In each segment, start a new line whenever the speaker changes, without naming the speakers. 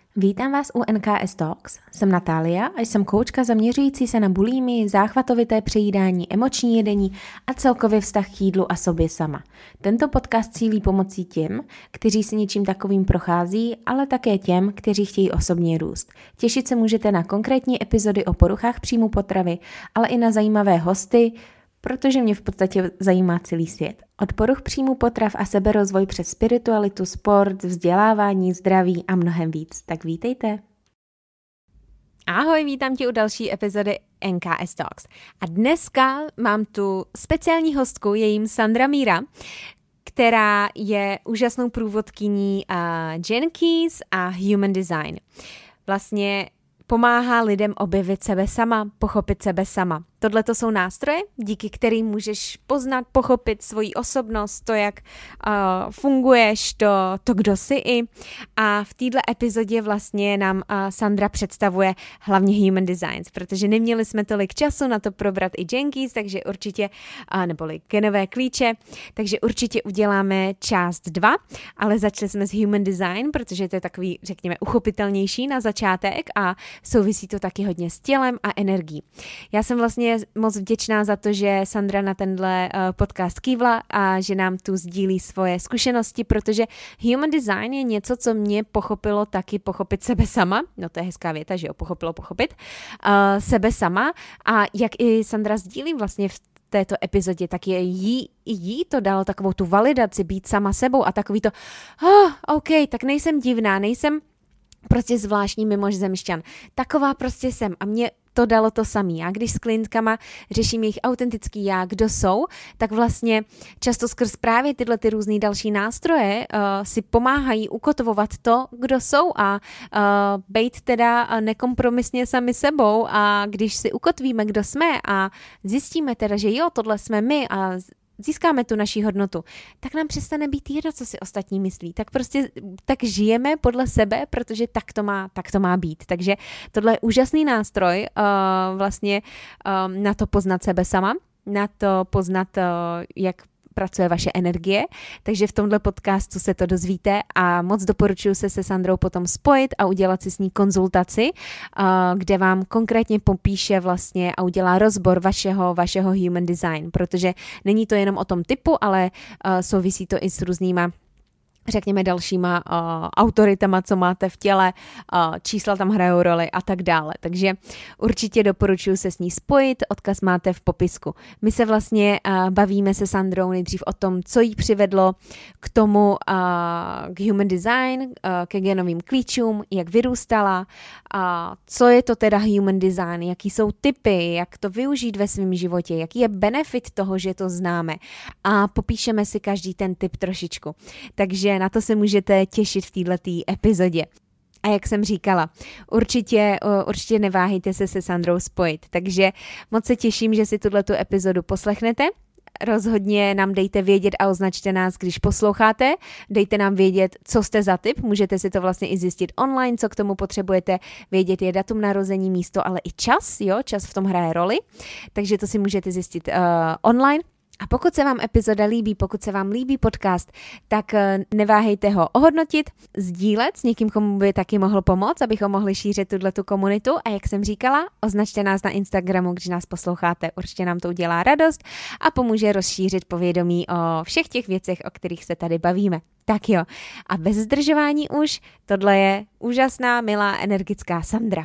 Vítám vás u NKS Talks. Jsem Natália a jsem koučka zaměřující se na bulimii, záchvatovité přejídání, emoční jedení a celkově vztah k jídlu a sobě sama. Tento podcast cílí pomocí těm, kteří si něčím takovým prochází, ale také těm, kteří chtějí osobně růst. Těšit se můžete na konkrétní epizody o poruchách příjmu potravy, ale i na zajímavé hosty, protože mě v podstatě zajímá celý svět. Od poruch příjmu potrav a seberozvoj přes spiritualitu, sport, vzdělávání, zdraví a mnohem víc. Tak vítejte. Ahoj, vítám tě u další epizody NKS Talks. A dneska mám tu speciální hostku, je jím Sandra Míra, která je úžasnou průvodkyní Gene Keys a Human Design. Vlastně pomáhá lidem objevit sebe sama, pochopit sebe sama. Tohle to jsou nástroje, díky kterým můžeš poznat, pochopit svoji osobnost, to, jak funguješ, to, kdo jsi i. A v této epizodě vlastně nám Sandra představuje hlavně Human Designs, protože neměli jsme tolik času na to probrat i Gene Keys, takže určitě, neboli genové klíče, takže určitě uděláme část 2, ale začali jsme s Human Design, protože to je takový, řekněme, uchopitelnější na začátek a souvisí to taky hodně s tělem a energií. Já jsem vlastně moc vděčná za to, že Sandra na tenhle podcast kývla a že nám tu sdílí svoje zkušenosti, protože Human Design je něco, co mě pochopilo taky pochopit sebe sama, no to je hezká věta, že jo, pochopit sebe sama a jak i Sandra sdílí vlastně v této epizodě, tak je jí to dalo takovou tu validaci být sama sebou a takový to, OK, tak nejsem divná, nejsem prostě zvláštní mimozemšťan. Taková prostě jsem a mě to dalo to samý. Já když s klientkama řeším jejich autentický já, kdo jsou, tak vlastně často skrz právě tyhle ty různý další nástroje si pomáhají ukotvovat to, kdo jsou a bejt teda nekompromisně sami sebou a když si ukotvíme, kdo jsme a zjistíme teda, že jo, tohle jsme my a získáme tu naši hodnotu, tak nám přestane být jedno, co si ostatní myslí. Tak prostě tak žijeme podle sebe, protože tak to má být. Takže tohle je úžasný nástroj vlastně na to poznat sebe sama, na to poznat, jak pracuje vaše energie, takže v tomhle podcastu se to dozvíte a moc doporučuji se Sandrou potom spojit a udělat si s ní konzultaci, kde vám konkrétně popíše vlastně a udělá rozbor vašeho Human Design, protože není to jenom o tom typu, ale souvisí to i s různýma, řekněme, dalšíma autoritama, co máte v těle, čísla tam hrajou roli a tak dále. Takže určitě doporučuji se s ní spojit, odkaz máte v popisku. My se vlastně bavíme se Sandrou nejdřív o tom, co jí přivedlo k tomu, k Human Design, ke genovým klíčům, jak vyrůstala, co je to teda Human Design, jaký jsou typy, jak to využít ve svém životě, jaký je benefit toho, že to známe a popíšeme si každý ten typ trošičku. Takže na to se můžete těšit v této epizodě. A jak jsem říkala, určitě neváhejte se Sandrou spojit. Takže moc se těším, že si tuhletu epizodu poslechnete. Rozhodně nám dejte vědět a označte nás, když posloucháte. Dejte nám vědět, co jste za typ. Můžete si to vlastně i zjistit online, co k tomu potřebujete vědět. Je datum narození, místo, ale i čas. Jo, čas v tom hraje roli. Takže to si můžete zjistit online. A pokud se vám epizoda líbí, pokud se vám líbí podcast, tak neváhejte ho ohodnotit, sdílet s někým, komu by taky mohl pomoct, abychom mohli šířit tuto komunitu. A jak jsem říkala, označte nás na Instagramu, když nás posloucháte. Určitě nám to udělá radost a pomůže rozšířit povědomí o všech těch věcech, o kterých se tady bavíme. Tak jo, a bez zdržování už, tohle je úžasná, milá, energická Sandra.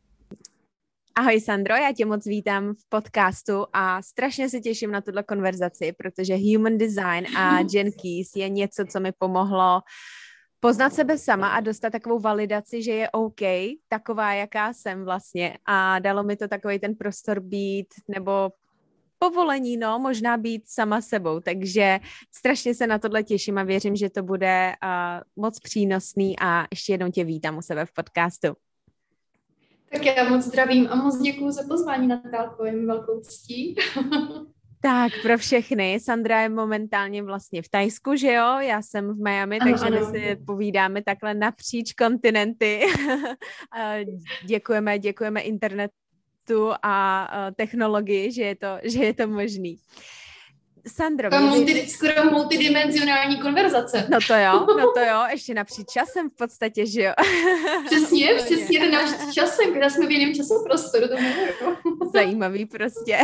Ahoj Sandro, já tě moc vítám v podcastu a strašně se těším na tuhle konverzaci, protože Human Design a Gene Keys je něco, co mi pomohlo poznat sebe sama a dostat takovou validaci, že je OK, taková, jaká jsem vlastně a dalo mi to takový ten prostor být nebo povolení, možná být sama sebou, takže strašně se na tohle těším a věřím, že to bude moc přínosný a ještě jednou tě vítám u sebe v podcastu.
Tak já moc zdravím a moc děkuju za pozvání, Natálko, je mi velkou ctí.
Tak pro všechny, Sandra je momentálně vlastně v Thajsku, že jo? Já jsem v Miami, takže my si povídáme takhle napříč kontinenty. Děkujeme internetu a technologii, že je to možný. Sandro,
skoro multidimenzionální konverzace.
No to jo, ještě napříč časem v podstatě, že jo.
Přesně, ten náš časem, když jsme v jiném časoprostoru, to miluju.
Zajímavý prostě.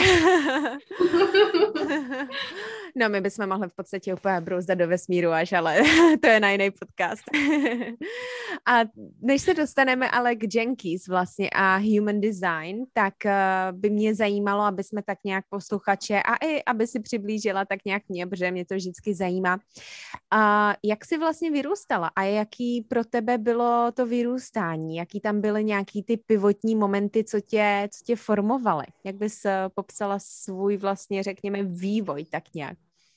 No, my bychom mohli v podstatě úplně brouzdat do vesmíru až, ale to je na jiný podcast. A než se dostaneme ale k Jenkins vlastně a Human Design, tak by mě zajímalo, aby jsme tak nějak posluchače a i aby si přiblížila tak nějak mě, protože mě to vždycky zajímá. A jak jsi vlastně vyrůstala a jaký pro tebe bylo to vyrůstání? Jaký tam byly nějaký ty pivotní momenty, co tě formovaly? Jak bys popsala svůj vlastně, řekněme, vývoj tak nějak?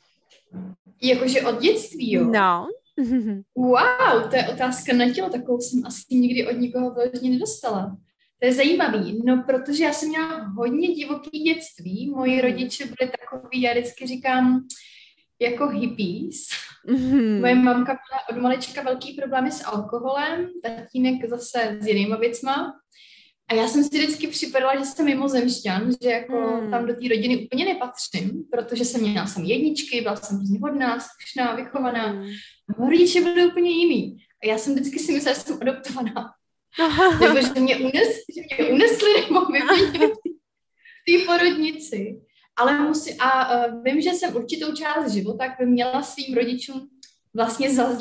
Jakože od dětství, jo?
No.
Wow, to je otázka na tělo, takovou jsem asi nikdy od nikoho vložně nedostala. To je zajímavý, no protože já jsem měla hodně divoký dětství, moji rodiče byli takový, já vždycky říkám, jako hippies. Moje mamka měla od malička velký problémy s alkoholem, tatínek zase s jinýma věcma. A já jsem si vždycky připadala, že jsem mimozemšťan, že jako tam do té rodiny úplně nepatřím, protože jsem měla jsem jedničky, byla jsem hrozně hodná, slušná, vychovaná. A moje rodiče byly úplně jiný. A já jsem vždycky si myslela, že jsem adoptovaná. Nebo že mě unesli nebo vyměnili v té porodnici. Ale vím, že jsem určitou část života měla svým rodičům vlastně za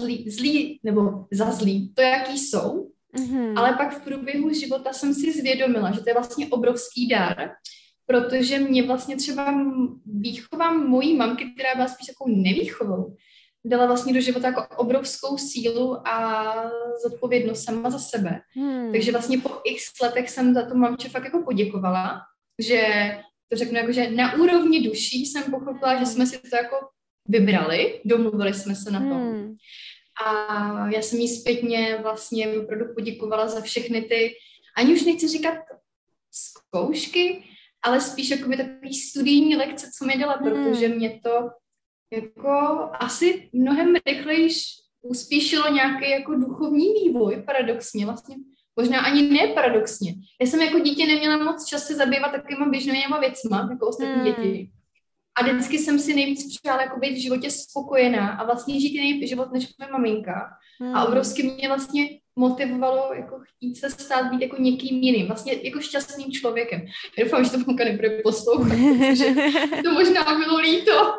zlý, to jaký jsou. Ale pak v průběhu života jsem si zvědomila, že to je vlastně obrovský dar, protože mě vlastně třeba výchova mojí mamky, která byla spíš takovou nevýchovou, dala vlastně do života jako obrovskou sílu a zodpovědnost sama za sebe. Takže vlastně po x letech jsem za to mamče fakt jako poděkovala, že to řeknu jako, že na úrovni duší jsem pochopila, že jsme si to jako vybrali, domluvili jsme se na tom. A já jsem jí zpětně vlastně opravdu poděkovala za všechny ty, ani už nechci říkat zkoušky, ale spíš jakoby takový studijní lekce, co mi dala, protože mě to jako asi mnohem rychleji uspíšilo nějaký jako duchovní vývoj, paradoxně vlastně. Možná ani ne paradoxně. Já jsem jako dítě neměla moc čas se zabývat takovýma běžnýma věcma, jako ostatní děti. A vždycky jsem si nejvíc přála jako být v životě spokojená a vlastně žít jiný život než moje maminka. A obrovsky mě vlastně motivovalo jako chtít se stát být jako někým jiným, vlastně jako šťastným člověkem. Já doufám, že to mamka nebude poslouchat, protože to možná bylo líto.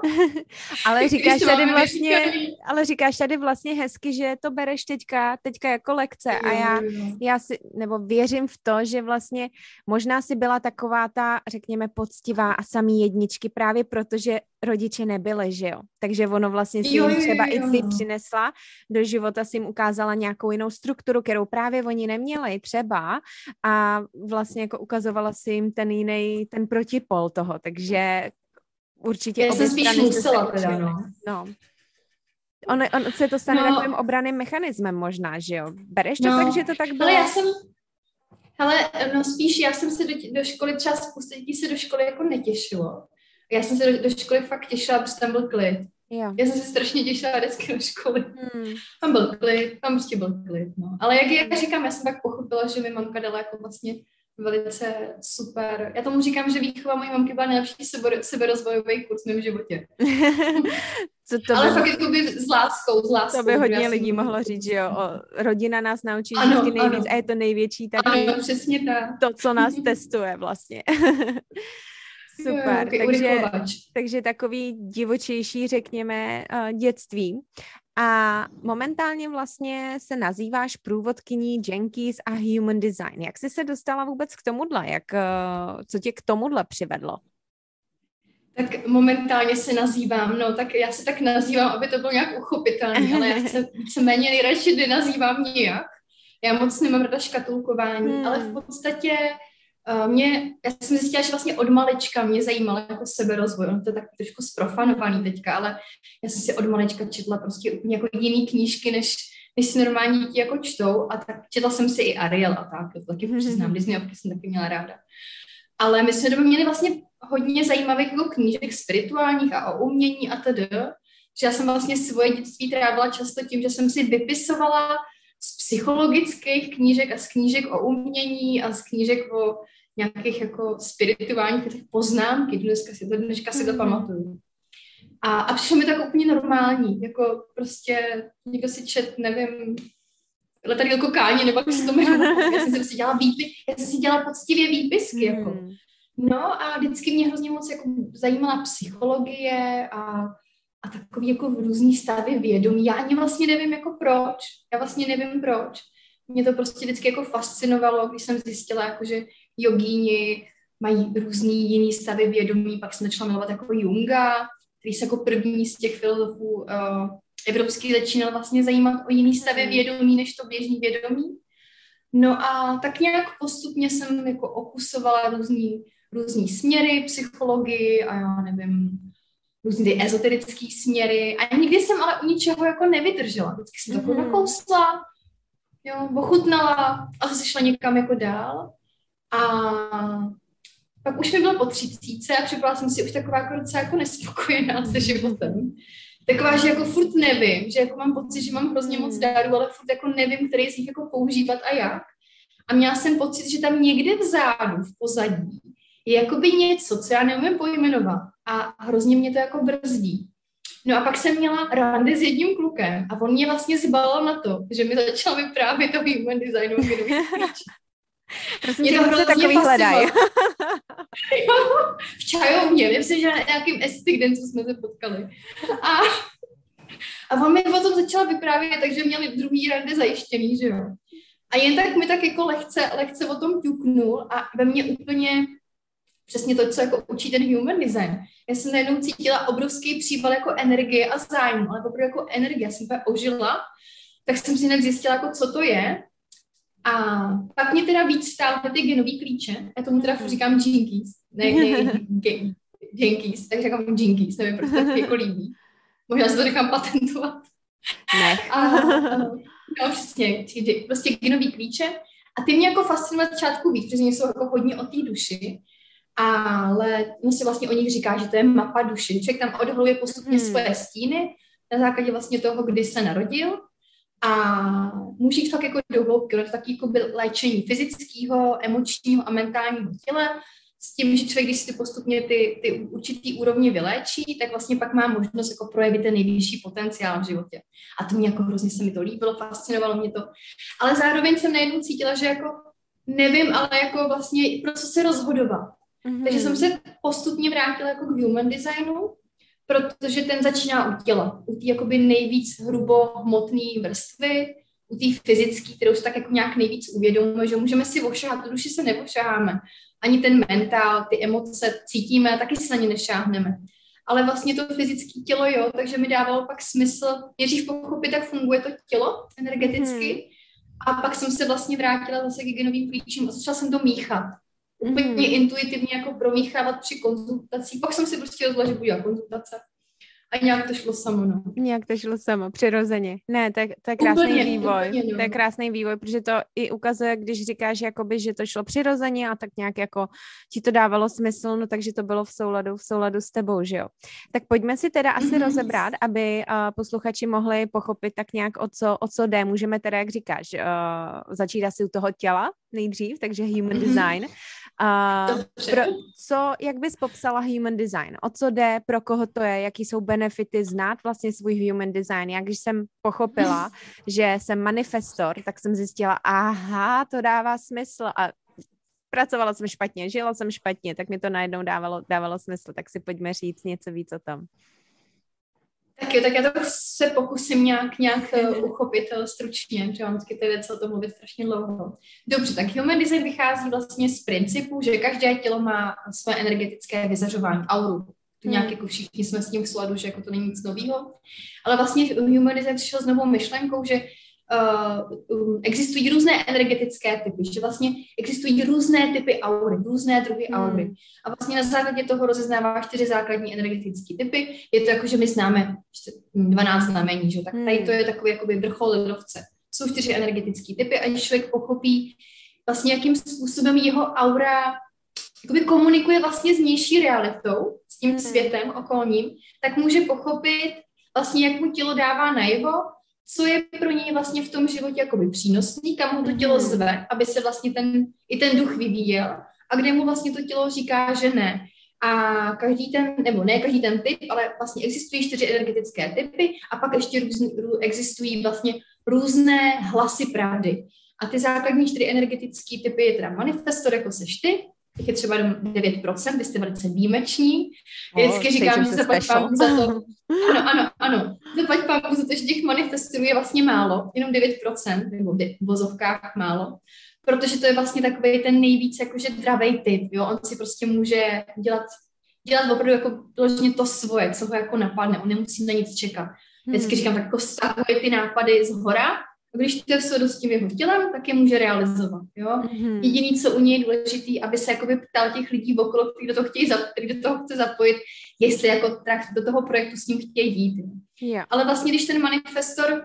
Ale říkáš tady vlastně hezky, že to bereš teďka jako lekce a já si, nebo věřím v to, že vlastně možná si byla taková ta, řekněme, poctivá a samý jedničky právě proto, že rodiče nebyly, že jo? Takže ono vlastně si jim třeba i ty přinesla do života, si jim ukázala nějakou jinou strukturu, kterou právě oni neměli třeba a vlastně jako ukazovala si jim ten protipol toho, takže určitě
já jsem spíš musela teda,
no. On se to stane takovým obranným mechanismem možná, že jo? Bereš to tak, že to tak bylo?
Spíš já jsem se do školy, třeba spousta dětí se do školy jako netěšilo. Já jsem se do školy fakt těšila, protože tam byl klid. Jo. Já jsem se strašně těšila vždycky do školy. Tam byl klid, tam prostě byl klid. No. Ale jak já říkám, já jsem tak pochopila, že mi mamka dala jako vlastně velice super. Já tomu říkám, že výchova mojí mamky byla nejlepší seberozvojový kurz v mém životě. Ale fakt jako by s láskou.
To by hodně lidí mohlo říct, že jo. Rodina nás naučí vždycky nejvíc a je to největší taky.
Ano, přesně tak.
To, co nás testuje vlastně. Super, takže takový divočejší, řekněme, dětství. A momentálně vlastně se nazýváš průvodkyní Jenkins a Human Design. Jak jsi se dostala vůbec k tomuhle? Co tě k tomuhle přivedlo?
Tak momentálně se nazývám, tak já se tak nazývám, aby to bylo nějak uchopitelné, ale já se méně nejradši nenazývám nijak. Já moc nemám ráda škatulkování, ale v podstatě já jsem zjistila, že vlastně od malička mě zajímalo jako seberozvoj. On to je tak trošku zprofanovaný teďka, ale já jsem si od malička četla prostě úplně jako jiný knížky, než si normální děti jako čtou. A tak četla jsem si i Ariel a tak, to taky přiznám, Disneyovky jsem taky měla ráda. Ale my jsme době měli vlastně hodně zajímavých jako knížek spirituálních a o umění a td. Že já jsem vlastně svoje dětství trávila často tím, že jsem si vypisovala z psychologických knížek a z knížek o umění a z knížek o nějakých jako spirituálních poznámky. Dneska si to pamatuju. A přišlo mi to jako úplně normální, jako prostě někdo si čet, nevím, letadílko Káni, nebo jak se to jmenuje, já jsem si dělala poctivě výpisky, jako. No a vždycky mě hrozně moc jako zajímala psychologie a takový jako různý stavy vědomí. Já ani vlastně nevím jako proč. Mě to prostě vždycky jako fascinovalo, když jsem zjistila, jako, že jogíni mají různý jiný stavy vědomí, pak jsem začala milovat jako Junga, který se jako první z těch filozofů evropských začínal vlastně zajímat o jiný stavy vědomí, než to běžný vědomí. No a tak nějak postupně jsem jako okusovala různý směry, psychologii a já nevím, různý ty ezoterický směry a nikdy jsem ale u ničeho jako nevydržela. Vždycky jsem to jako nakousla, jo, ochutnala a zase šla někam jako dál. A pak už mi bylo po 30 a připadala jsem si už taková jako docela jako nespokojená se životem. Taková, že jako furt nevím, že jako mám pocit, že mám hrozně moc dárů, ale furt jako nevím, který z nich jako používat a jak. A měla jsem pocit, že tam někde vzadu, v pozadí, je jakoby něco, co já neumím pojmenovat a hrozně mě to jako brzdí. No a pak jsem měla rande s jedním klukem a on mě vlastně zbalil na to, že mi začal vyprávět o human designu.
Prosím, že se takový hledají.
V čajovně, myslím, že na nějakým Estic Dance jsme se potkali. A on mi o tom začal vyprávět, takže měli druhý rande zajištěný, že jo. A jen tak mi tak jako lehce o tom ťuknul a ve mně úplně přesně to, co jako učí ten human design. Já jsem najednou cítila obrovský příval jako energie a zájmu, ale opravdu jako energie. Já jsem úplně ožila, tak jsem si hned zjistila, jako co to je. A pak mě teda víc stály ty genový klíče. Já tomu teda říkám Jinkies. Ne, Jinkies, tak říkám Jinkies, nevím, proč to jako líbí. Možná se to nechám patentovat.
Ne.
No přesně, prostě genový klíče. A ty mě jako fascinují začátku víc, protože jsou jako hodně o té duši. Ale mě se vlastně o nich říká, že to je mapa duši. Člověk tam odhaluje postupně svoje stíny na základě vlastně toho, kdy se narodil. A může jít fakt jako do hloubky, to taky jako léčení fyzického, emočního a mentálního těla, s tím, že člověk, když si postupně ty určitý úrovně vyléčí, tak vlastně pak má možnost jako projevit ten nejvyšší potenciál v životě. A to mě jako hrozně se mi to líbilo, fascinovalo mě to. Ale zároveň jsem najednou cítila, že jako nevím, ale jako vlastně pro co se rozhodovat. Takže jsem se postupně vrátila jako k human designu, protože ten začíná u těla, u té jakoby nejvíc hrubohmotné vrstvy, u té fyzické, kterou si tak jako nějak nejvíc uvědomujeme, že můžeme si ošahat, tu duši se neošaháme, ani ten mentál, ty emoce cítíme a taky se na ně nešáhneme. Ale vlastně to fyzické tělo, jo, takže mi dávalo pak smysl, nejdřív pochopit, jak funguje to tělo energeticky, a pak jsem se vlastně vrátila zase k genovým klíčům a začala jsem to míchat. Úplně intuitivně jako promíchávat při konzultacích. Pak jsem si prostě rozhodla, že budu dělat konzultace. A nějak to šlo samo, no.
Nějak to šlo samo, přirozeně. Ne, to je krásný vývoj. Úplně, no. To je krásný vývoj, protože to i ukazuje, když říkáš, jakoby, že to šlo přirozeně a tak nějak jako ti to dávalo smysl, no takže to bylo v souladu s tebou, že jo. Tak pojďme si teda asi rozebrat, aby posluchači mohli pochopit tak nějak o co jde. Můžeme teda, jak říkáš, začít asi u toho těla nejdřív, takže human design. Jak bys popsala human design? O co jde, pro koho to je, jaký jsou benefity znát vlastně svůj human design? Já když jsem pochopila, že jsem manifestor, tak jsem zjistila, aha, to dává smysl a pracovala jsem špatně, žila jsem špatně, tak mi to najednou dávalo smysl, tak si pojďme říct něco víc o tom.
Tak jo, tak já to se pokusím nějak uchopit stručně, protože mám vždycky ty věci o tom mluvit strašně dlouho. Dobře, tak human design vychází vlastně z principu, že každé tělo má své energetické vyzařování, auru. To nějak jako všichni jsme s tím v souladu, že jako to není nic nového. Ale vlastně human design přišel s novou myšlenkou, že existují různé energetické typy, že vlastně existují různé typy aury, různé druhy aury. A vlastně na základě toho rozeznává 4 základní energetické typy. Je to jako, že my známe 12 znamení, že? Tak tady to je takový jakoby vrchol ledovce. Jsou 4 energetické typy a když člověk pochopí vlastně, jakým způsobem jeho aura jakoby komunikuje vlastně s vnější realitou, s tím světem okolním, tak může pochopit vlastně, jak mu tělo dává najevo, co je pro něj vlastně v tom životě jakoby přínosný, kam ho to tělo zve, aby se vlastně ten duch vyvíjel a kde mu vlastně to tělo říká, že ne. A každý ten, nebo ne každý ten typ, ale vlastně existují 4 energetické typy a pak ještě existují vlastně různé hlasy pravdy. A ty základní 4 energetické typy je teda manifestor, jako seš ty, těch je třeba 9%, vy jste velice výjimeční. Vždycky říkám, že zaplať pánbůh za to. Ano. Zaplať pánbůh za to, že těch manifestorů je vlastně málo, jenom 9%, nebo v vozovkách málo. Protože to je vlastně takový ten nejvíc jakože dravej typ, jo, on si prostě může dělat opravdu jako vložně to svoje, co ho jako napadne, on nemusí na nic čekat. Vždycky říkám, tak jako stahuje ty nápady zhora, a když to je v souladu s tím jeho tělem, tak je může realizovat, jo. Jediný, co u něj je důležitý, aby se jakoby ptal těch lidí okolo, kteří do toho chce zapojit, jestli jako do toho projektu s ním chtějí jít.
Yeah.
Ale vlastně, když ten manifestor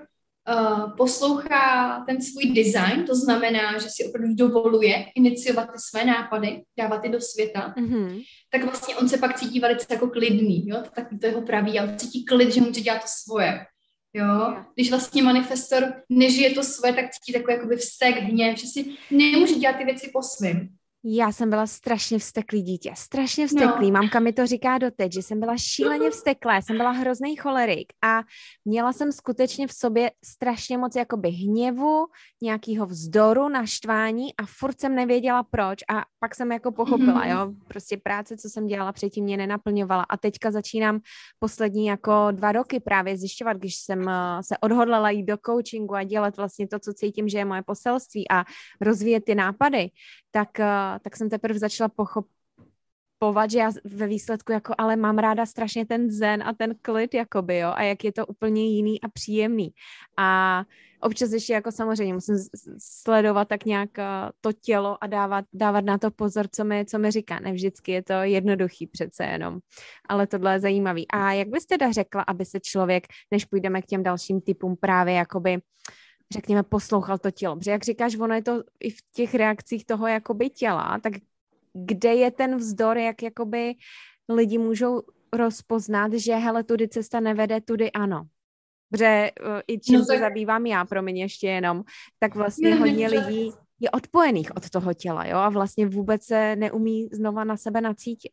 poslouchá ten svůj design, to znamená, že si opravdu dovoluje iniciovat ty své nápady, dávat je do světa, tak vlastně on se pak cítí velice jako klidný, jo, taky to jeho praví, ale cítí klid, že může dělat to svoje, jo. Když vlastně manifestor nežije to svoje, tak cítí takový jakoby vztek, hněv, že si nemůže dělat ty věci po svým.
Já jsem byla strašně vzteklý dítě, strašně vzteklý. Mamka mi to říká doteď, že jsem byla šíleně vzteklá, jsem byla hrozný cholerik a měla jsem skutečně v sobě strašně moc jakoby hněvu, nějakého vzdoru, naštvání a furt jsem nevěděla proč a pak jsem jako pochopila, jo, prostě práce, co jsem dělala předtím, mě nenaplňovala a teďka začínám poslední jako 2 roky právě zjišťovat, když jsem se odhodlala jít do coachingu a dělat vlastně to, co cítím, že je moje poselství a rozvíjet ty nápady, tak jsem teprve začala pochopovat, že já ve výsledku jako ale mám ráda strašně ten zen a ten klid, jakoby, jo, a jak je to úplně jiný a příjemný. A občas ještě jako samozřejmě musím sledovat tak nějak to tělo a dávat na to pozor, co mi říká. Ne vždycky je to jednoduchý přece jenom, ale tohle je zajímavý. A jak bys teda řekla, aby se člověk, než půjdeme k těm dalším typům právě jakoby řekněme, poslouchal to tělo. Protože jak říkáš, ono je to i v těch reakcích toho jakoby těla, tak kde je ten vzdor, jak jakoby lidi můžou rozpoznat, že hele, tudy cesta nevede, tudy ano. Protože i čím se zabývám já, promiň ještě jenom, tak vlastně hodně lidí je odpojených od toho těla, jo, a vlastně vůbec se neumí znova na sebe nacítit.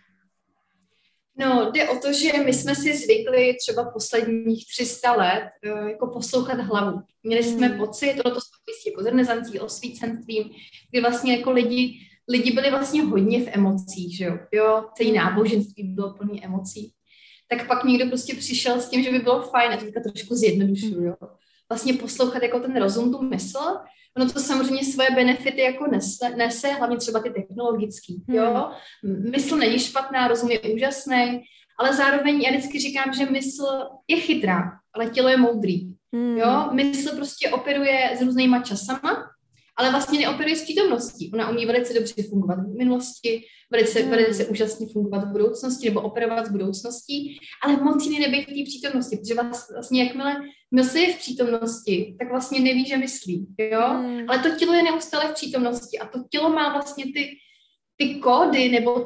No, jde o to, že my jsme si zvykli třeba posledních 300 let jako poslouchat hlavu. Měli jsme pocit, to souvisí jako s renesancí, osvícenstvím, kdy vlastně jako lidi byli vlastně hodně v emocích, že jo, celý náboženství bylo plný emocí. Tak pak někdo prostě přišel s tím, že by bylo fajn, a to teďka trošku zjednodušuju, jo, vlastně poslouchat jako ten rozum, tu mysl. Ono to samozřejmě svoje benefity jako nese, hlavně třeba ty technologický, jo. Mysl není špatná, rozum je úžasný, ale zároveň já vždycky říkám, že mysl je chytrá, ale tělo je moudrý, jo. Mysl prostě operuje s různýma časama, ale vlastně neoperuje s přítomností. Ona umí velice dobře fungovat v minulosti, velice úžasně fungovat v budoucnosti nebo operovat s budoucností, ale moc jiný nebýt v té přítomnosti, protože vlastně jakmile mysl je v přítomnosti, tak vlastně neví, že myslí, jo? Ale to tělo je neustále v přítomnosti a to tělo má vlastně ty kódy nebo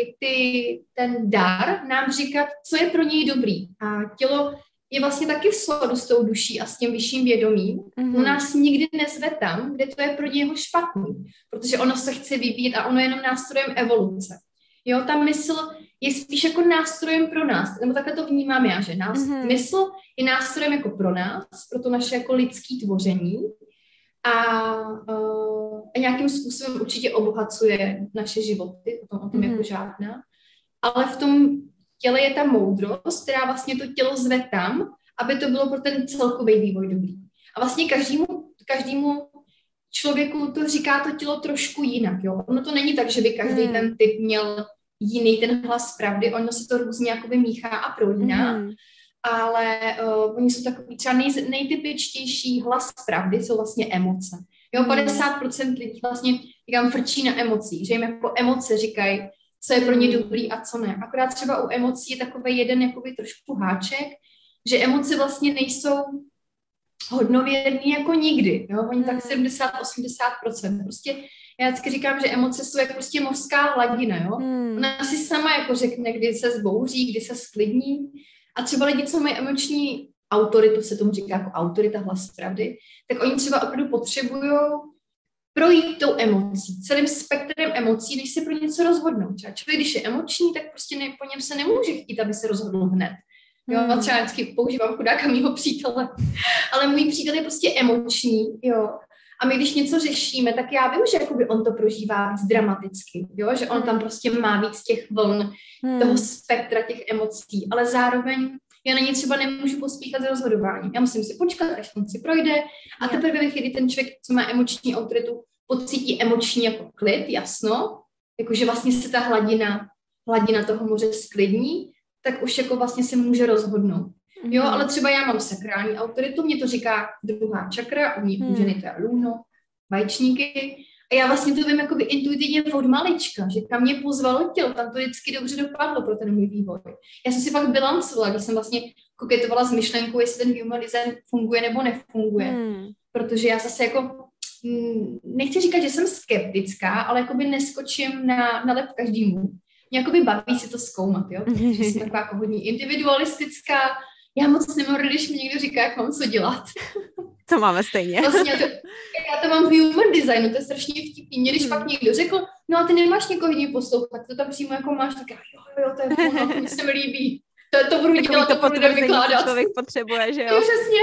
ten dar nám říkat, co je pro něj dobrý. A tělo je vlastně taky v souladu s tou duší a s tím vyšším vědomím. On nás nikdy nezve tam, kde to je pro něho špatný, protože ono se chce vyvíjet a ono je jenom nástrojem evoluce. Jo, ta mysl je spíš jako nástrojem pro nás, nebo takhle to vnímám já, že mysl je nástrojem jako pro nás, pro to naše jako lidské tvoření a nějakým způsobem určitě obohacuje naše životy, o tom jako žádná, ale v tom těle je ta moudrost, která vlastně to tělo zve tam, aby to bylo pro ten celkový vývoj dobrý. A vlastně každému člověku to říká to tělo trošku jinak, jo. Ono to není tak, že by každý ten typ měl jiný ten hlas pravdy, ono se to různě jakoby míchá a prolíná, ale oni jsou takový třeba nejtypičtější hlas pravdy jsou vlastně emoce. Jo, 50% lidí vlastně, říkám, frčí na emocích, že jim jako emoce říkají, co je pro ně dobrý a co ne. Akorát třeba u emocí je takový jeden jakoby trošku háček, že emoce vlastně nejsou hodnověrný jako nikdy. Jo? Oni tak 70-80%. Prostě já vždycky říkám, že emoce jsou jako prostě mořská hladina. Jo? Ona si sama jako řekne, kdy se zbouří, kdy se sklidní. A třeba lidi, co mají emoční autoritu, se tomu říká jako autorita, hlas pravdy, tak oni třeba opravdu potřebují projít tou emocí, celým spektrem emocí, než se pro něco rozhodnou. Třeba člověk, když je emoční, tak prostě po něm se nemůže chtít, aby se rozhodl hned. Jo, třeba vždycky používám chudáka mýho přítele, ale můj přítel je prostě emoční, jo. A my, když něco řešíme, tak já vím, že jakoby on to prožívá víc dramaticky, jo, že on tam prostě má víc těch vln, toho spektra těch emocí, ale zároveň já na něj třeba nemůžu pospíchat s rozhodováním. Já musím si počkat, až on si projde a teprve ve chvíli ten člověk, co má emoční autoritu, pocítí emoční jako klid, jasno, jakože vlastně se ta hladina toho moře sklidní, tak už jako vlastně se může rozhodnout. Jo, ale třeba já mám sakrální autoritu, mě to říká druhá čakra, u ženy to je luno, vaječníky, a já vlastně to vím jakoby intuitivně od malička, že kam mě pozvalo tělo, tam to vždycky dobře dopadlo pro ten můj vývoj. Já jsem si pak bilancovala, když jsem vlastně koketovala s myšlenkou, jestli ten human design funguje nebo nefunguje, protože já zase jako, nechci říkat, že jsem skeptická, ale jakoby neskočím na lep každému. Mě jakoby baví si to zkoumat, jo, že jsem taková jako hodně individualistická. Já moc nemám ráda, když mi někdo říká, jak mám co dělat.
To máme stejně.
Vlastně já to mám v human designu, to je strašně vtipný. Mě když pak někdo řekl, no a ty nemáš někoho jiného poslouchat, to tam přímo jako máš, tak jo, to je ono, to mi se mi líbí. To budu dělat, to budu vykládat.
To člověk potřebuje, že jo?
Přesně.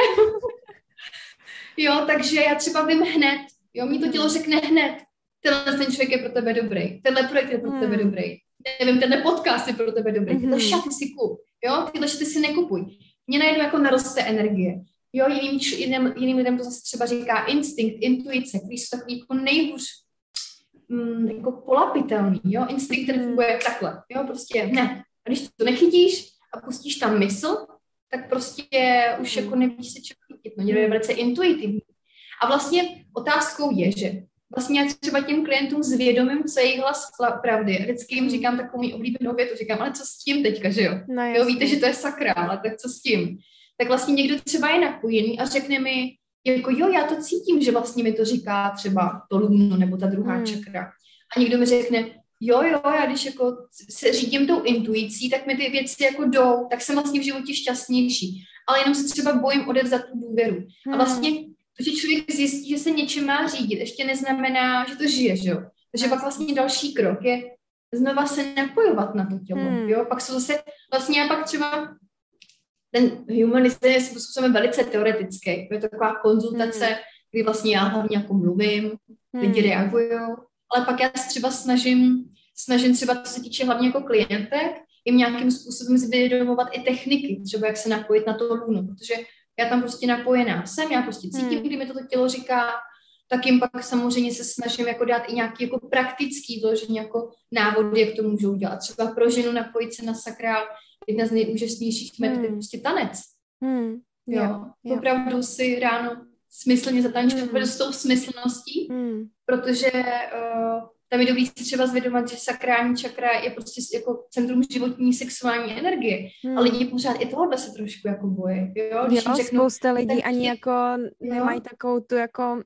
Jo, takže já třeba vím hned, jo, mi to tělo řekne hned, ten člověk je pro tebe dobrý, tenhle projekt je pro tebe dobrý, nevím, tenhle podcast je pro tebe dobrý, tyhle šaty si kup, jo, tyhle šaty si nekupuj. Mně najednou jako naroste energie. Jo, jiným lidem to zase třeba říká instinkt, intuice, který jsou takový jako nejhůř jako polapitelný, jo, instinkt, ten funguje takhle, jo, prostě ne. A když to nechytíš a pustíš tam mysl, tak prostě už jako nevíš se čeho chytit, no, někdo je velice intuitivní. A vlastně otázkou je, že vlastně já třeba těm klientům zvědomím, co je jejich hlas pravdy. A vždycky jim říkám takovou mý oblíbenou větu, říkám, ale co s tím teďka, že jo? No, jo, víte, že to je sakra, ale tak co s tím? Tak vlastně někdo třeba je napojený a řekne mi, jako jo, já to cítím, že vlastně mi to říká třeba to luno nebo ta druhá čakra. A někdo mi řekne, jo, já když jako se řídím tou intuicí, tak mi ty věci jako jdou, tak jsem vlastně v životě šťastnější. Ale jenom se třeba bojím odevzdat tu důvěru. A vlastně to, že člověk zjistí, že se něčím má řídit, ještě neznamená, že to žije, že jo. Takže pak vlastně další krok je znova se napojovat na to tělo, jo. Pak jsou zase, vlastně já pak třeba ten humanist je způsobem velice teoretický. Je to taková konzultace, kdy vlastně já hlavně jako mluvím, lidi reagujou, ale pak já třeba snažím třeba, co se týče hlavně jako klientek, jim nějakým způsobem zvědomovat i techniky, třeba jak se napojit na to luno, protože já tam prostě napojená jsem, já prostě cítím, kdy mi to tělo říká, tak jim pak samozřejmě se snažím jako dát i nějaký jako praktický vložení jako návody, jak to můžou dělat. Třeba pro ženu napojit se na sakrál, jedna z nejúžasnějších metod je prostě tanec. Jo. Opravdu si ráno smyslně zatančit s tou smyslností, protože tam je dobrý si třeba zvědomat, že sakrální čakra je prostě jako centrum životní sexuální energie. A lidi pořád i tohohle se trošku jako bojí. Jo,
spousta lidí ani jako nemají takovou tu jako...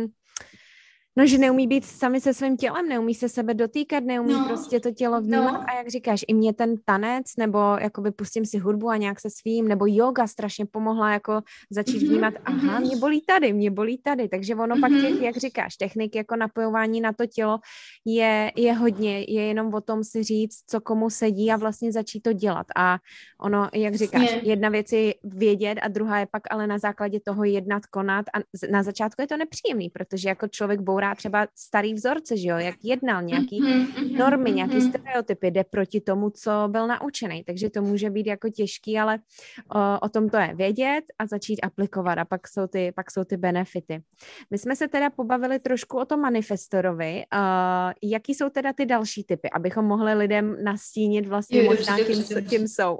No, že neumí být sami se svým tělem, neumí se sebe dotýkat, neumí prostě to tělo vnímat a jak říkáš, i mě ten tanec, nebo jakoby pustím si hudbu a nějak se svým, nebo yoga strašně pomohla jako začít vnímat, aha, mě bolí tady, takže ono pak těch, jak říkáš, technik jako napojování na to tělo je hodně, je jenom o tom si říct, co komu sedí a vlastně začít to dělat a ono, jak říkáš, jedna věc je vědět a druhá je pak ale na základě toho jednat, konat a na začátku je to nepříjemný, protože jako člověk bourá třeba starý vzorce, že jo, jak jednal, nějaký normy, nějaký stereotypy, jde proti tomu, co byl naučený, takže to může být jako těžký, ale o tom to je vědět a začít aplikovat a pak jsou ty benefity. My jsme se teda pobavili trošku o tom manifestorovi, jaký jsou teda ty další typy, abychom mohli lidem nastínit vlastně možná, kým jsou.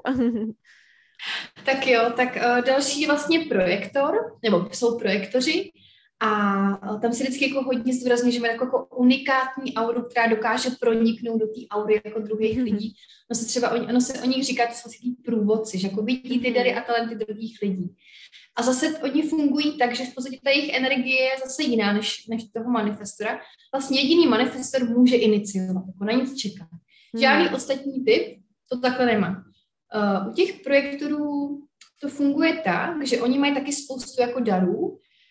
Tak jo, tak další vlastně projektor, nebo jsou projektoři, a tam si vždycky jako hodně zdůrazně, že má jako unikátní auru, která dokáže proniknout do té aury jako druhých lidí. Ono se o nich říká, to jsou vlastně průvodci, že jako vidí ty dary a talenty druhých lidí. A zase oni fungují tak, že v podstatě ta jejich energie je zase jiná než toho manifestora. Vlastně jediný manifestor může iniciovat, jako na nic čeká. Žádný ostatní typ to takhle nemá. U těch projektorů to funguje tak, že oni mají taky spoustu jako darů,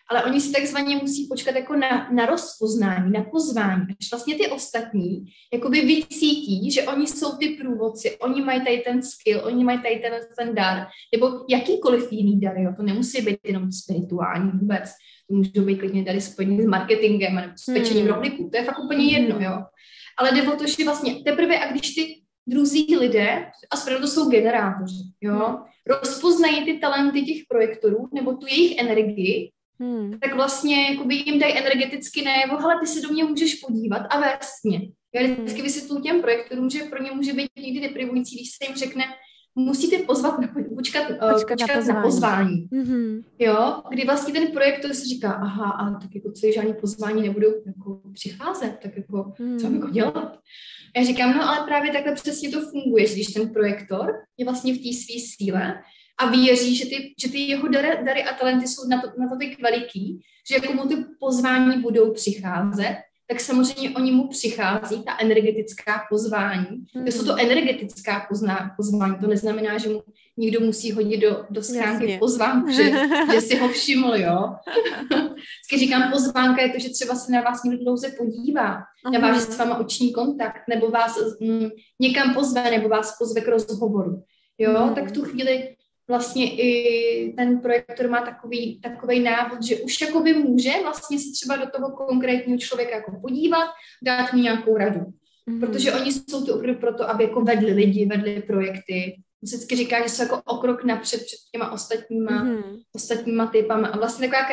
ale oni si takzvaně musí počkat jako na rozpoznání, na pozvání, až vlastně ty ostatní jakoby vycítí, že oni jsou ty průvodci, oni mají tady ten skill, oni mají tady ten dar, nebo jakýkoliv jiný dar, jo, to nemusí být jenom spirituální vůbec, to můžou být klidně dary spojený s marketingem nebo s pečením rohlíků, to je fakt úplně jedno, jo. Ale jde o to, že vlastně teprve, a když ty druzí lidé, a zpravdu to jsou generátoři, jo, rozpoznají ty talenty těch projektorů nebo tu jejich energii, tak vlastně jakoby jim dají energeticky najevo, hele, ty se do mě můžeš podívat a vést mě. Já vždycky vysvětluji těm projektorům, že pro ně může být někdy deprivující, když se jim řekne, musíte počkat na pozvání. Jo, kdy vlastně ten projektor si říká, aha, a tak jako co, žádný pozvání nebudou jako přicházet, tak jako co mám jako dělat? Já říkám, no ale právě takhle přesně to funguje, když ten projektor je vlastně v té své síle a věří, že ty jeho dary a talenty jsou na to tak veliký, že jako mu ty pozvání budou přicházet, tak samozřejmě oni mu přichází, ta energetická pozvání. To jsou to energetická pozvání, to neznamená, že mu někdo musí hodit do schránky pozvánku, že si ho všiml, jo. Vždycky říkám, pozvánka je to, že třeba se na vás někdo dlouze podívá, naváže s váma oční kontakt, nebo vás někam pozve, nebo vás pozve k rozhovoru, jo. Tak v tu chvíli vlastně i ten projektor má takovej návod, že už jakoby může vlastně se třeba do toho konkrétního člověka jako podívat, dát mu nějakou radu. Protože oni jsou tu opravdu proto, aby jako vedli lidi, vedli projekty. Vždycky říká, že jsou jako o krok napřed před těma ostatníma typama. A vlastně taková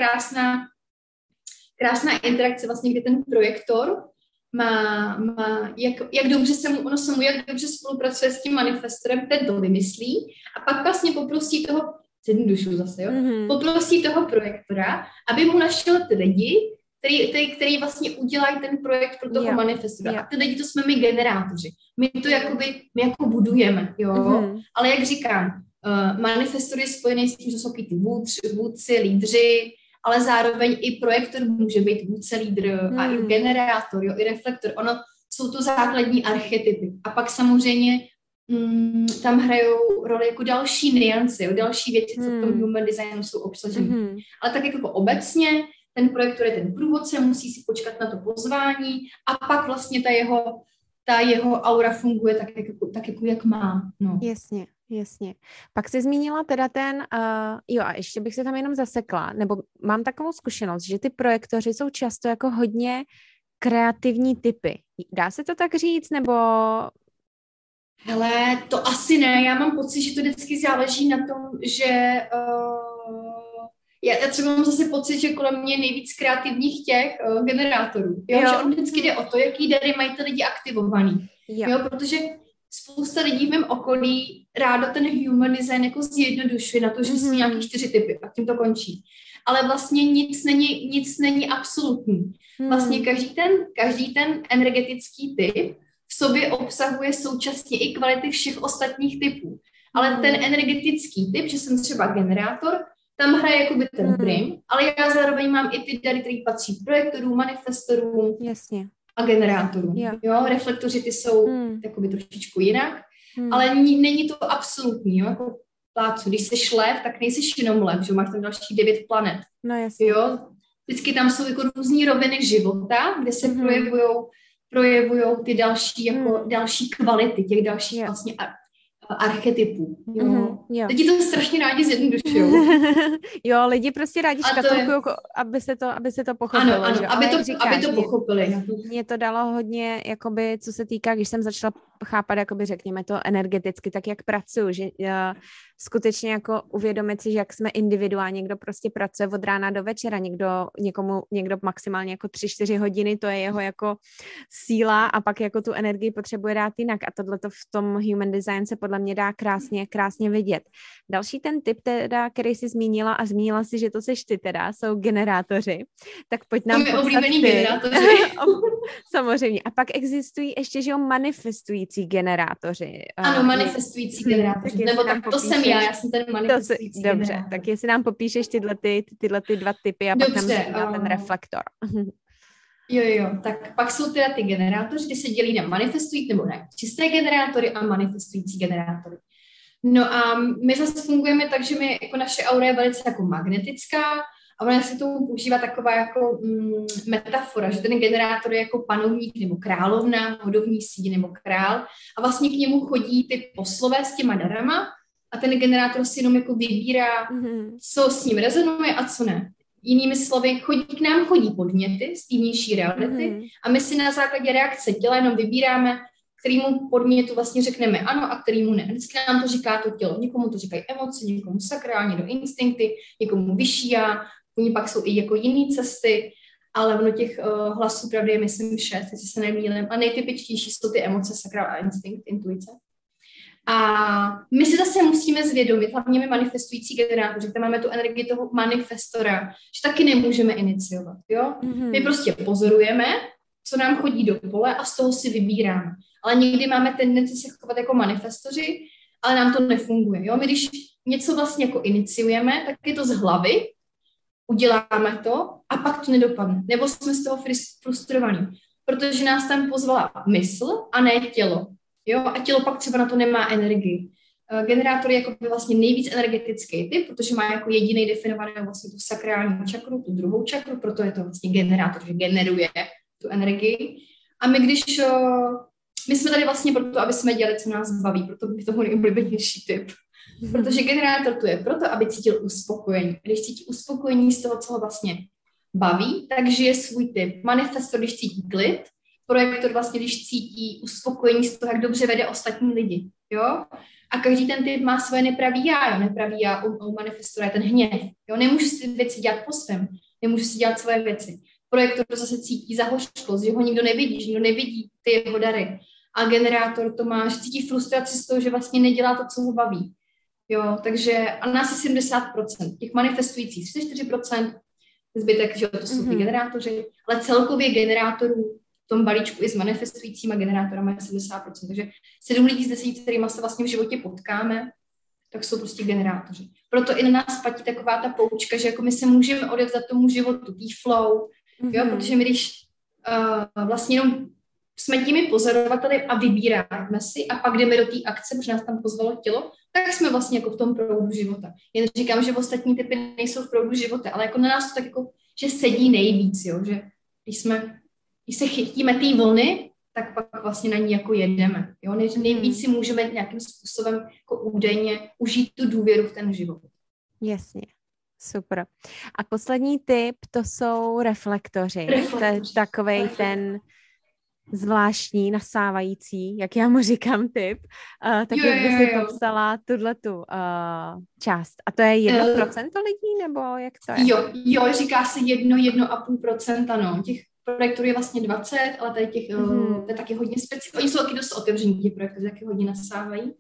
krásná interakce vlastně, kdy ten projektor má jak dobře se mu spolupracuje s tím manifestorem, ten to vymyslí a pak vlastně poprosí toho, poprosí toho projektora, aby mu našel ty lidi, který vlastně udělají ten projekt pro toho manifestora. A ty lidi, to jsme my generátoři. My to my jako budujeme, jo. Ale jak říkám, manifestor je spojený s tím, že jsou ty vůdci, lídři, ale zároveň i projektor může být vůdce, lídr a i generátor, jo, i reflektor. Ono jsou to základní archetypy. A pak samozřejmě tam hrajou roli jako další niance, jo, další věci, co v tom human designu jsou obsaženy. Ale tak jako obecně ten projektor je ten průvodce, musí si počkat na to pozvání a pak vlastně ta jeho aura funguje tak jako jak má. No.
Jasně. Pak jsi zmínila teda jo a ještě bych se tam jenom zasekla, nebo mám takovou zkušenost, že ty projektoři jsou často jako hodně kreativní typy. Dá se to tak říct, nebo...
Hele, to asi ne, já mám pocit, že to vždycky záleží na tom, že... Já třeba mám zase pocit, že kolem mě je nejvíc kreativních těch generátorů. Jo? Že on vždycky jde o to, jaký dary mají ty lidi aktivovaný. Jo? Protože spousta lidí v mém okolí rádo ten human design jako zjednodušuje na to, že jsou nějaký 4 typy a tím to končí. Ale vlastně nic není absolutní. Vlastně každý ten energetický typ v sobě obsahuje současně i kvality všech ostatních typů. Ale ten energetický typ, že jsem třeba generátor, tam hraje jakoby ten prim, ale já zároveň mám i ty dary, které patří projektorům, manifestorům a generátorům. Jo, reflektoři ty jsou jakoby trošičku jinak, ale není to absolutní, jo, jako plácu. Když jsi lev, tak nejsi jenom lev, že máš tam další 9 planet.
No jasně.
Jo, vždycky tam jsou jako různý roviny života, kde se projevujou ty další kvality, těch dalších vlastně archetypů. Jo. Lidi to strašně rádi zjednodušují.
Jo, lidi prostě rádi škatulkují, aby se to pochopilo.
Ano, aby to pochopili.
Mě to dalo hodně, jakoby, co se týká, když jsem začala chápat, jakoby, řekněme to energeticky, tak jak pracuju, že skutečně jako uvědomit si, že jak jsme individuálně, někdo prostě pracuje od rána do večera, někdo maximálně jako 3-4 hodiny, to je jeho jako síla a pak jako tu energii potřebuje dát jinak a tohleto v tom human design se podle mě dá krásně vidět. Další ten typ teda, který jsi zmínila a zmínila si, že to seš ty teda, jsou generátoři, tak pojď nám popsat ty. Samozřejmě. A pak existují ještě, že jo, manifestující generátoři.
Ano, manifestující generátoři. Nebo tak to jsem já jsem ten manifestující
generátor. Dobře, tak jestli nám popíšeš tyhle 2 typy a pak nám zmíná ten reflektor.
Jo, tak pak jsou teda ty generátoři, ty se dělí na manifestující, nebo ne, čisté generátory a manifestující generátory. No a my zase fungujeme tak, že jako naše aura je velice jako magnetická A ona se tomu používá taková jako metafora, že ten generátor je jako panovník nebo královna, hodovní síť nebo král a vlastně k němu chodí ty poslové s těma darama a ten generátor si jenom jako vybírá, co s ním rezonuje a co ne. Jinými slovy, k nám chodí podněty z té vnější reality a my si na základě reakce těla jenom vybíráme, kterému podnětu vlastně řekneme ano a kterému ne. Vždycky nám to říká to tělo. Někomu to říkají emoce, někomu sakrálně do instinkty, někomu vyšší já, oni pak jsou i jako jiné cesty, ale ono těch hlasů pravdy je, myslím, 6, jestli se nemýlím. A nejtypičtější jsou ty emoce, sakrál a instinkt, intuice. A my si zase musíme zvědomit, hlavně my manifestující generátoři, kde máme tu energii toho manifestora, že taky nemůžeme iniciovat. Jo? My prostě pozorujeme, co nám chodí do pole a z toho si vybíráme. Ale někdy máme tendenci se chovat jako manifestoři, ale nám to nefunguje. Jo? My když něco vlastně jako iniciujeme, tak je to z hlavy, uděláme to a pak to nedopadne. Nebo jsme z toho frustrovaní, protože nás tam pozvala mysl a ne tělo. Jo? A tělo pak třeba na to nemá energii. Generátor je jako vlastně nejvíc energetický typ, protože má jako jediný definovaný vlastně tu sakrální čakru, tu druhou čakru, proto je to vlastně generátor, že generuje tu energii. A my jsme tady vlastně proto, aby jsme dělali, co nás baví, proto by to nejoblíbenější typ. Protože generátor tu je proto, aby cítil uspokojení. Když cítí uspokojení z toho, co ho vlastně baví, tak žije svůj typ. Manifestor, když cítí klid, projektor vlastně, když cítí uspokojení z toho, jak dobře vede ostatní lidi. Jo? A každý ten typ má svoje nepravý já. Jo? Nepravý já u manifestora je ten hněv. Jo? Nemůžu si věci dělat po svém. Nemůžu si dělat svoje věci. Projektor zase cítí zahořklost, že ho nikdo nevidí, že nikdo nevidí ty jeho dary. A generátor to má, že cítí frustraci z toho, že vlastně nedělá to, co ho baví. Jo, takže a nás je 70%, těch manifestujících 34%, zbytek, že to jsou ty generátoři, ale celkově generátorů v tom balíčku i s manifestujícíma generátorama je 70%, takže 7 lidí z 10, kterýma se vlastně v životě potkáme, tak jsou prostě generátoři. Proto i na nás platí taková ta poučka, že jako my se můžeme odevzdat tomu životu, tý flow, jo, protože my když vlastně jenom jsme těmi pozorovateli a vybíráme si a pak jdeme do té akce, protože nás tam pozvalo tělo, tak jsme vlastně jako v tom proudu života. Jen říkám, že ostatní typy nejsou v proudu života, ale jako na nás to tak jako, že sedí nejvíc, jo, že když se chytíme té vlny, tak pak vlastně na ní jako jedeme, jo, nejvíc si můžeme nějakým způsobem jako údajně užít tu důvěru v ten život.
Jasně. Super. A poslední tip, to jsou reflektoři. To je takovej ten zvláštní, nasávající, jak já mu říkám typ, tak jak by si popsala tuhletu část. A to je 1% lidí, nebo jak to je?
Jo, říká se 1,5%, no. Těch projektorů je vlastně 20, ale tady těch, to je taky hodně speciální. Oni jsou taky dost otevření, těch projektorů taky hodně nasávají.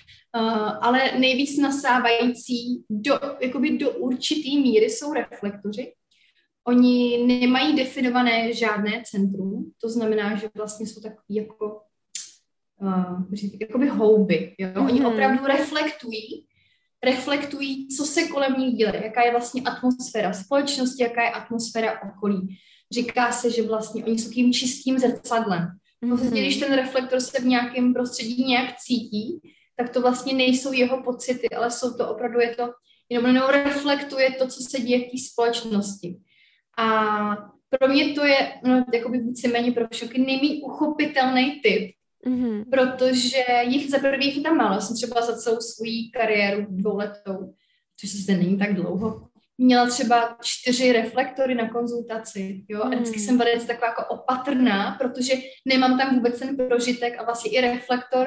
Ale nejvíc nasávající do určitý míry jsou reflektoři. Oni nemají definované žádné centrum, to znamená, že vlastně jsou takový jakoby houby. Jo? Oni opravdu reflektují, co se kolem nich děje, jaká je vlastně atmosféra společnosti, jaká je atmosféra okolí. Říká se, že vlastně oni jsou tím čistým zrcadlem. Vlastně, když ten reflektor se v nějakém prostředí nějak cítí, tak to vlastně nejsou jeho pocity, ale jsou to opravdu, je to jenom reflektuje to, co se děje v té společnosti. A pro mě to je jakoby víceméně pro všechny nejméně uchopitelný typ, protože za první jich tam málo. Já jsem třeba za celou svou kariéru 2letou, což se není tak dlouho, měla třeba 4 reflektory na konzultaci, jo, a vždycky jsem velice taková jako opatrná, protože nemám tam vůbec ten prožitek a vlastně i reflektor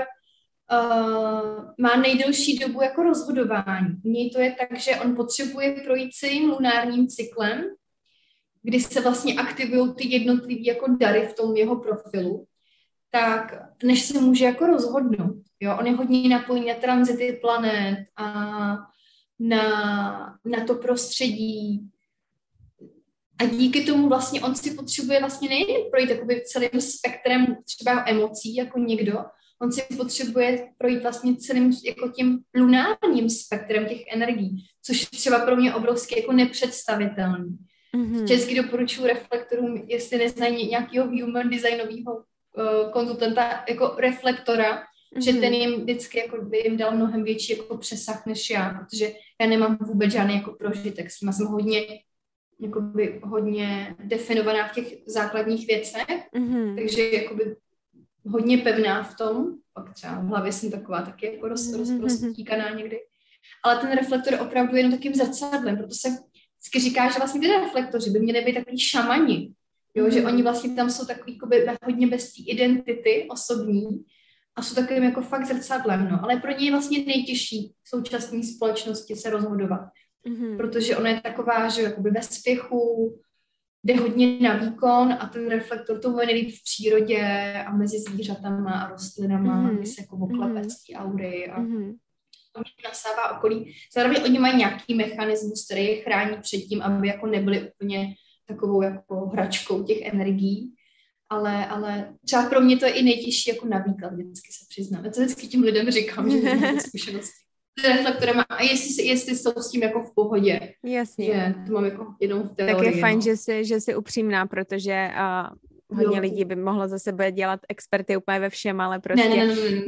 má nejdelší dobu jako rozhodování. U něj to je tak, že on potřebuje projít celým lunárním cyklem, kdy se vlastně aktivují ty jednotlivý jako dary v tom jeho profilu, tak než se může jako rozhodnout. Jo? On je hodně napojený na tranzity planet a na to prostředí. A díky tomu vlastně on si potřebuje vlastně nejen projít celým spektrem třeba emocí jako někdo, on si potřebuje projít vlastně celým jako tím lunárním spektrem těch energií, což třeba pro mě obrovsky jako nepředstavitelný. Česky doporučuji reflektorům, jestli neznají nějakého human designového konzultanta jako reflektora, že ten jim vždycky jako by jim dal mnohem větší jako přesah než já, protože já nemám vůbec žádný jako prožitek, s tím jsem hodně jakoby hodně definovaná v těch základních věcech, takže jakoby hodně pevná v tom, pak třeba v hlavě jsem taková taky jako roztíkaná někdy. Ale ten reflektor je opravdu jenom takým zrcadlem, proto se vždycky říká, že vlastně ty reflektoři by měly být takový šamani, jo, že oni vlastně tam jsou takový hodně bez té identity osobní a jsou takovým jako fakt zrcadlem, no. Ale pro ně je vlastně nejtěžší v současné společnosti se rozhodovat, protože ona je taková, že jakoby ve spěchu, jde hodně na výkon a ten reflektor tomu je nejlíp v přírodě a mezi zvířatama a rostlinama, aby se jako oklepe z té aury a nasává okolí. Zároveň oni mají nějaký mechanismus, který je chrání před tím, aby jako nebyli úplně takovou jako hračkou těch energií. Ale třeba pro mě to je i nejtěžší jako na výklad, vždycky se přiznám. Já to vždycky těm lidem říkám, že mám zkušenosti s reflektorem a jestli jsou s tím jako v pohodě.
Jasně.
Že to mám jako jenom v teorii.
Tak je fajn, že jsi upřímná, protože hodně lidí by mohlo za sebe dělat experty úplně ve všem, ale prostě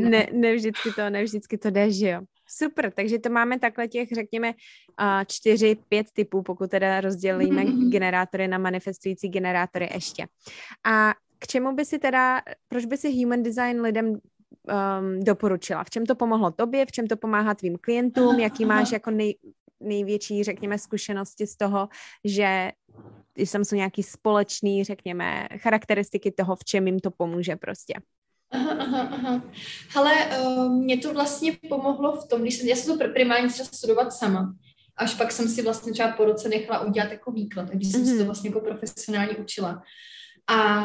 ne vždycky to jde, že jo. Super, takže to máme takhle těch, řekněme, 4-5 typů, pokud teda rozdělíme generátory na manifestující generátory ještě. A k čemu by si teda, proč by si human design lidem doporučila? V čem to pomohlo tobě, v čem to pomáhá tvým klientům, jaký máš jako největší, řekněme, zkušenosti z toho, že tam jsou nějaký společný, řekněme, charakteristiky toho, v čem jim to pomůže prostě.
Aha. Hele, mě to vlastně pomohlo v tom, já jsem to primárně začala studovat sama, až pak jsem si vlastně třeba po roce nechala udělat jako výklad, takže jsem si to vlastně jako profesionálně učila. A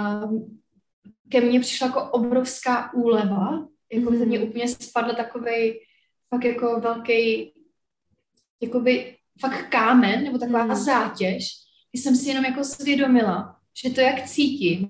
ke mně přišla jako obrovská úleva, jako ze mě úplně spadl takovej fakt jako velký, jakoby fakt kámen, nebo taková zátěž, kdy jsem si jenom jako zvědomila, že to, jak cítím,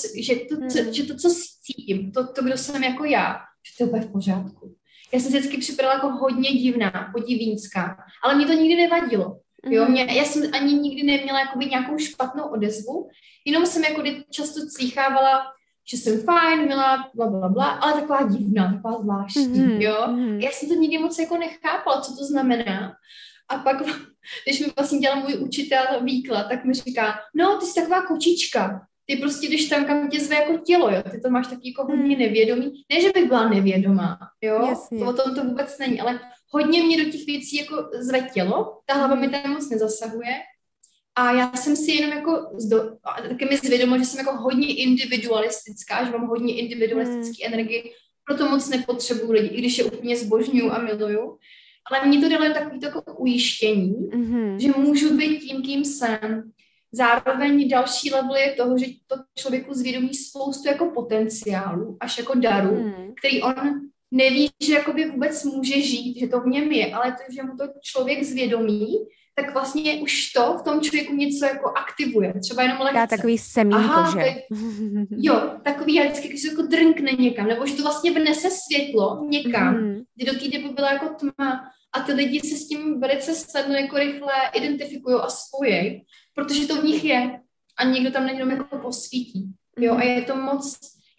že to, co cítím, to, kdo jsem jako já, že to je úplně v pořádku. Já jsem se vždycky připadala jako hodně divná, podivínská, ale mě to nikdy nevadilo. Jo? Já jsem ani nikdy neměla jakoby nějakou špatnou odezvu, jenom jsem jako často slýchávala, že jsem fajn, milá, blablabla, ale taková divná, taková zvláštní, jo. Já jsem to nikdy moc jako nechápala, co to znamená. A pak, když mi vlastně dělal můj učitel výklad, tak mi říká, no, ty jsi taková kočička, ty prostě jdeš tam, kam tě zve jako tělo, jo, ty to máš taky jako hodně nevědomý, ne, že bych byla nevědomá, jo, to o tom to vůbec není, ale hodně mě do těch věcí jako zve tělo, ta hlava mi tam moc nezasahuje a já jsem si jenom jako, taky mi zvědomila, že jsem jako hodně individualistická, že mám hodně individualistický energii, proto moc nepotřebuju lidi, i když je úplně zbožňuju a miluju. Ale mě to dalo jen takový jako ujištění, že můžu být tím, kým jsem. Zároveň další level je toho, že to člověku zvědomí spoustu jako potenciálu, až jako darů, který on neví, že jakoby vůbec může žít, že to v něm je, ale to, že mu to člověk zvědomí, tak vlastně už to v tom člověku něco jako aktivuje. Třeba jenom lehce.
Dá takový semínko, že?
Jo, takový, já vždycky, když se jako drnkne někam, nebo že to vlastně vnese světlo někam, kdy do té doby byla jako tma a ty lidi se s tím velice snadno jako rychle identifikují a spojí, protože to v nich je a někdo tam jenom jako posvítí. Jo, a je to moc...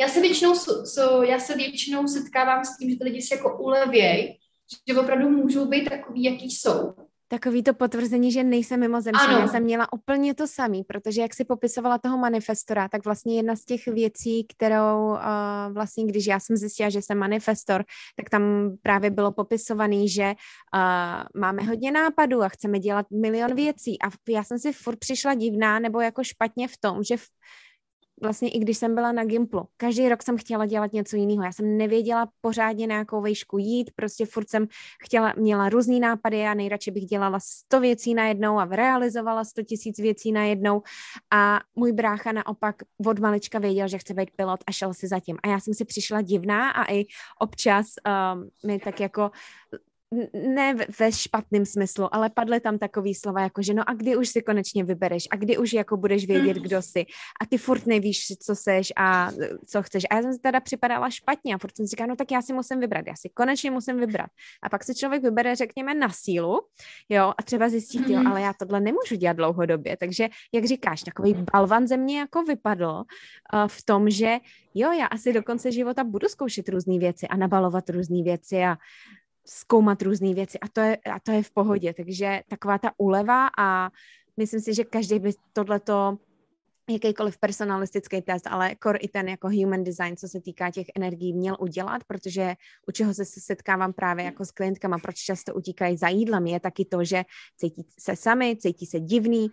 Já se většinou setkávám s tím, že ty lidi se jako ulevějí, že opravdu můžou být takový, jaký jsou.
Takový to potvrzení, že nejsem mimozemšťan. Já jsem měla úplně to samý, protože jak si popisovala toho manifestora, tak vlastně jedna z těch věcí, kterou vlastně, když já jsem zjistila, že jsem manifestor, tak tam právě bylo popisovaný, že máme hodně nápadů a chceme dělat milion věcí a já jsem si furt přišla divná nebo jako špatně v tom, že vlastně i když jsem byla na Gimplu, každý rok jsem chtěla dělat něco jiného. Já jsem nevěděla pořádně na jakou vejšku jít, prostě furt jsem měla různý nápady a nejradši bych dělala 100 věcí najednou a realizovala 100 000 věcí najednou a můj brácha naopak od malička věděl, že chce být pilot a šel si za tím. A já jsem si přišla divná a i občas mi tak jako ne ve špatném smyslu, ale padly tam takový slova jako, že no a kdy už si konečně vybereš a kdy už jako budeš vědět, kdo jsi a ty furt nevíš, co seš a co chceš. A já jsem si teda připadala špatně a furt jsem si říkala, no tak já si musím vybrat, já si konečně musím vybrat. A pak si člověk vybere, řekněme, na sílu, jo, a třeba zjistí, jo, ale já tohle nemůžu dělat dlouhodobě. Takže, jak říkáš, takový balvan ze mě jako vypadl v tom, že jo, já asi do konce života budu zkoušet různý věci a nabalovat různý věci a zkoumat různé věci a to je v pohodě, takže taková ta úleva a myslím si, že každý by tohleto, jakýkoliv personalistický test, ale i ten jako human design, co se týká těch energií, měl udělat, protože u čeho se setkávám právě jako s klientkama, proč často utíkají za jídlem, je taky to, že cítí se sami, cítí se divný,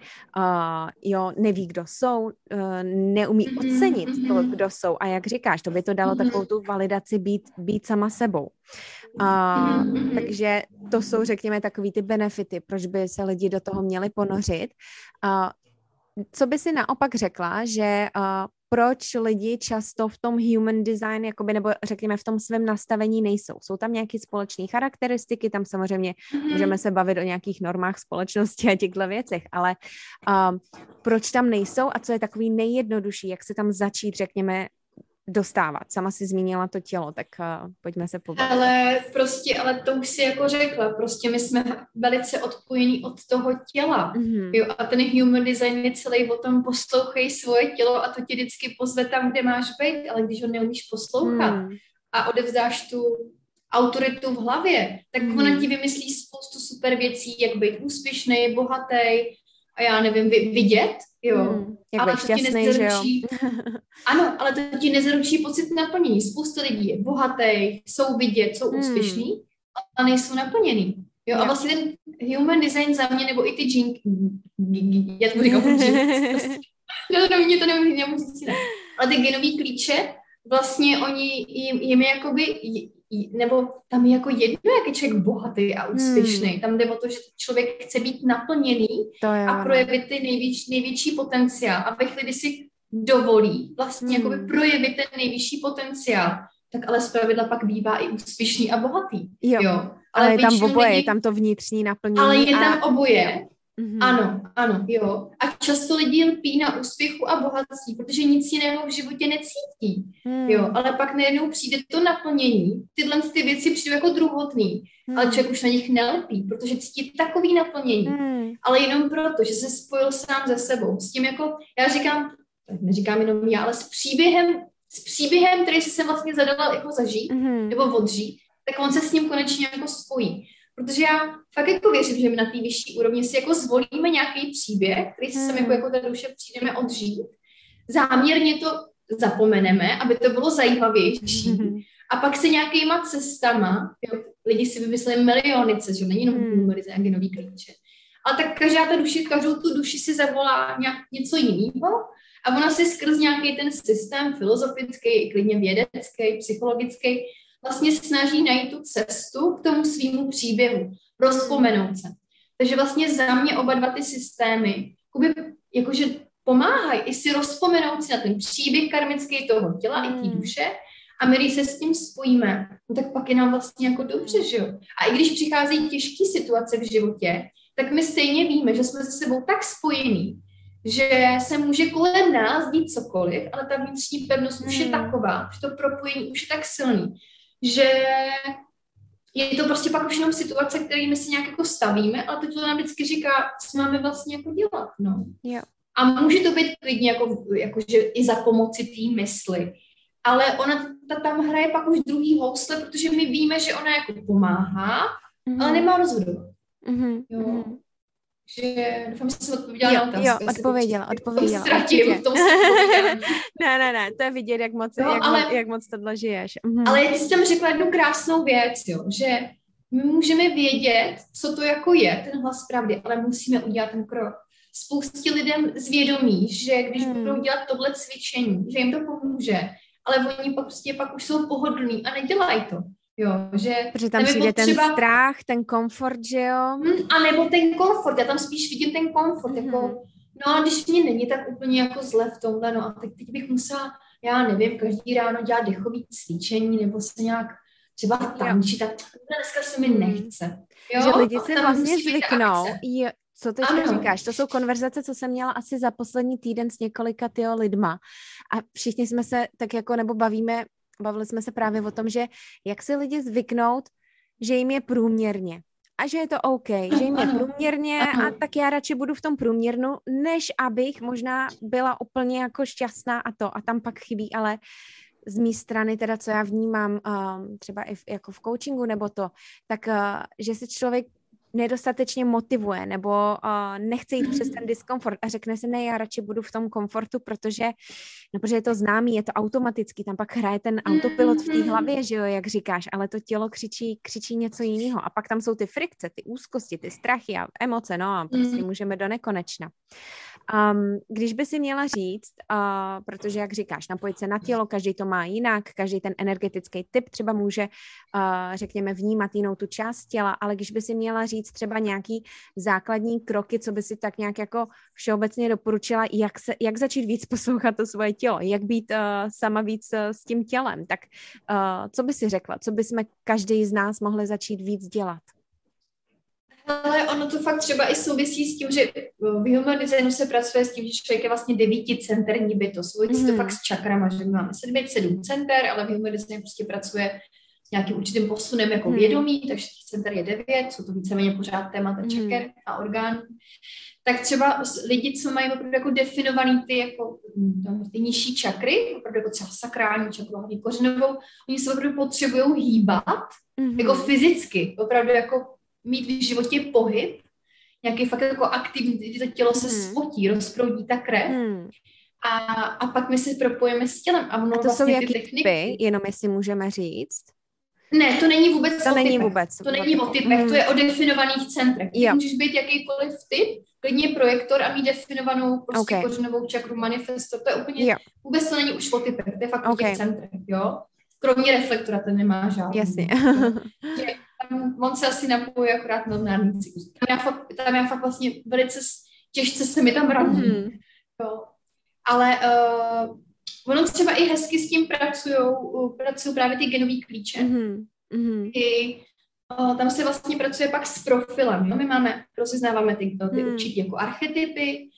neví, kdo jsou, neumí ocenit to, kdo jsou, a jak říkáš, to by to dalo takovou tu validaci být sama sebou. Takže to jsou, řekněme, takový ty benefity, proč by se lidi do toho měli ponořit. Co by si naopak řekla, že proč lidi často v tom human design, jakoby, nebo řekněme v tom svém nastavení nejsou? Jsou tam nějaké společné charakteristiky, tam samozřejmě můžeme se bavit o nějakých normách společnosti a těchto věcech, ale proč tam nejsou a co je takový nejjednodušší, jak se tam začít, řekněme, dostávat. Sama si zmínila to tělo, tak pojďme se pobavit.
Ale to už si jako řekla, prostě my jsme velice odpojení od toho těla. Jo, a ten human design je celý o tom, poslouchej svoje tělo a to ti vždycky pozve tam, kde máš být, ale když ho neumíš poslouchat a odevzdáš tu autoritu v hlavě, tak ona ti vymyslí spoustu super věcí, jak být úspěšný, bohatý a já nevím, vidět, jo.
Ale to ti nezaručí,
ano, ale to ti nezaručí pocit naplnění. Spousta lidí je bohatý, jsou vidět, jsou úspěšní, ale nejsou naplněný. Jo, a vlastně ten human design za mě, nebo i ty já to říkám, mě to nemůžu říct, ale ty genový klíče, vlastně oni jim jakoby, nebo tam je jako jedno, jak je člověk bohatý a úspěšný. Tam jde o to, že člověk chce být naplněný a projevit ty největší potenciál. A ve chvíli, kdy si dovolí vlastně jakoby projevit ten nejvyšší potenciál, tak ale zpravidla pak bývá i úspěšný a bohatý.
Jo. Ale je tam oboje, je tam to vnitřní naplnění.
Ale je tam oboje. Ano, jo. A často lidi lpí na úspěchu a bohatství, protože nic jiného v životě necítí. Jo, ale pak najednou přijde to naplnění, tyhle ty věci přijdou jako druhotný, ale člověk už na nich nelpí, protože cítí takový naplnění, ale jenom proto, že se spojil sám se sebou. S tím jako, já říkám, neříkám jenom já, ale s příběhem, který si jsem vlastně zadala jako zažít, nebo odžít, tak on se s ním konečně jako spojí. Protože já fakt jako věřím, že my na té vyšší úrovni si jako zvolíme nějaký příběh, který si sami jako ta duše přijdeme odžít. Záměrně to zapomeneme, aby to bylo zajímavější. A pak se nějakýma cestama, jo, lidi si vymysleli miliony cest, že není jenom numerizace a genový klíče. Ale tak každou tu duši si zavolá něco jiného a ona si skrz nějaký ten systém filozofický, klidně vědecký, psychologický, vlastně snaží najít tu cestu k tomu svýmu příběhu, rozpomenout se. Takže vlastně za mě oba dva ty systémy jakože pomáhají i si rozpomenout si na ten příběh karmický toho těla i té duše a my, když se s tím spojíme, no tak pak je nám vlastně jako dobře, že jo. A i když přicházejí těžké situace v životě, tak my stejně víme, že jsme se sebou tak spojení, že se může kolem nás dít cokoliv, ale ta vnitřní pevnost už je taková, že to propojení už je tak silný, že je to prostě pak už jenom situace, kterými se nějak jako stavíme, ale to tělo nám vždycky říká, co máme vlastně jako dělat, no.
Jo.
A může to být klidně jako že i za pomoci té mysli, ale ona tam hraje pak už druhý housle, protože my víme, že ona jako pomáhá, ale nemá rozhodovat. Jo. Že doufám, že jsem odpověděla na otázku.
Jo, odpověděla.
Ztratím v tom
Ne, to je vidět, jak moc tohle žiješ.
Ale ty jsi tam řekla jednu krásnou věc, jo, že my můžeme vědět, co to jako je, ten hlas pravdy, ale musíme udělat ten krok. Spoustě lidem zvědomí, že když budou dělat tohle cvičení, že jim to pomůže, ale oni pak už jsou pohodlní a nedělají to. Jo, že
protože tam přijde ten strach, ten komfort, že jo?
A nebo ten komfort, já tam spíš vidím ten komfort, jako, no a když mě není tak úplně jako zle v tomhle, no a teď bych musela, já nevím, každý ráno dělat dechový cvičení, nebo se nějak třeba tančit, tak dneska se mi nechce. Jo?
Že lidi si vlastně zvyknou, co teď říkáš, to jsou konverzace, co jsem měla asi za poslední týden s několika lidma a všichni jsme se tak jako, nebo bavili jsme se právě o tom, že jak si lidi zvyknout, že jim je průměrně a že je to OK, že jim je průměrně a tak já radši budu v tom průměrnu, než abych možná byla úplně jako šťastná a tam pak chybí, ale z mé strany teda, co já vnímám třeba i jako v coachingu nebo to, tak že si člověk nedostatečně motivuje nebo nechce jít přes ten diskomfort a řekne si, ne, já radši budu v tom komfortu, protože je to známý, je to automatický, tam pak hraje ten autopilot v té hlavě, že jo, jak říkáš, ale to tělo křičí něco jiného a pak tam jsou ty frikce, ty úzkosti, ty strachy a emoce, no a prostě můžeme do nekonečna. Když by si měla říct, protože jak říkáš, napojit se na tělo, každý to má jinak, každý ten energetický typ třeba může, řekněme, vnímat jinou tu část těla, ale když by si měla říct třeba nějaký základní kroky, co by si tak nějak jako všeobecně doporučila, jak začít víc poslouchat to svoje tělo, jak být sama víc s tím tělem, tak co by si řekla, co by jsme každý z nás mohli začít víc dělat?
Ale ono to fakt třeba i souvisí s tím, že v human designu se pracuje s tím, že člověk je vlastně 9centerní bytost. Souvisí to fakt s čakrama, že máme 7 center, ale v human designu prostě pracuje s nějakým určitým posunem jako vědomí, takže těch center je 9, jsou to víceméně pořád témata čaker a orgánů. Tak třeba lidi, co mají opravdu jako definovaný ty nižší čakry, opravdu jako třeba sakrální čakru, hlavně kořenovou, oni se opravdu potřebují hýbat, jako fyzicky, opravdu jako mít v životě pohyb, nějaký fakt jako aktivní, kdy to tělo se spotí, rozproudí ta krev a pak my se propojíme s tělem. A
to vlastně jsou jaký typy, jenom jestli můžeme říct?
Ne, to není vůbec
to
o
není
typech.
vůbec.
To není o typech, to je o definovaných centrech. Ty můžeš být jakýkoliv typ, klidně projektor a mít definovanou prostě kořenovou čakru, manifestor, to je úplně, vůbec to není už o typech, to je fakt o těch centrech, jo? Kromě reflektora, ten nemá žádný.
Jasně.
On se asi napojí akorát na lunární cyklus. Tam já fakt vlastně velice těžce se mi tam radí. Jo. Ale ono třeba i hezky s tím pracují právě ty genový klíče. Tam se vlastně pracuje pak s profilem. Jo? My rozeznáváme ty určitě jako archetypy,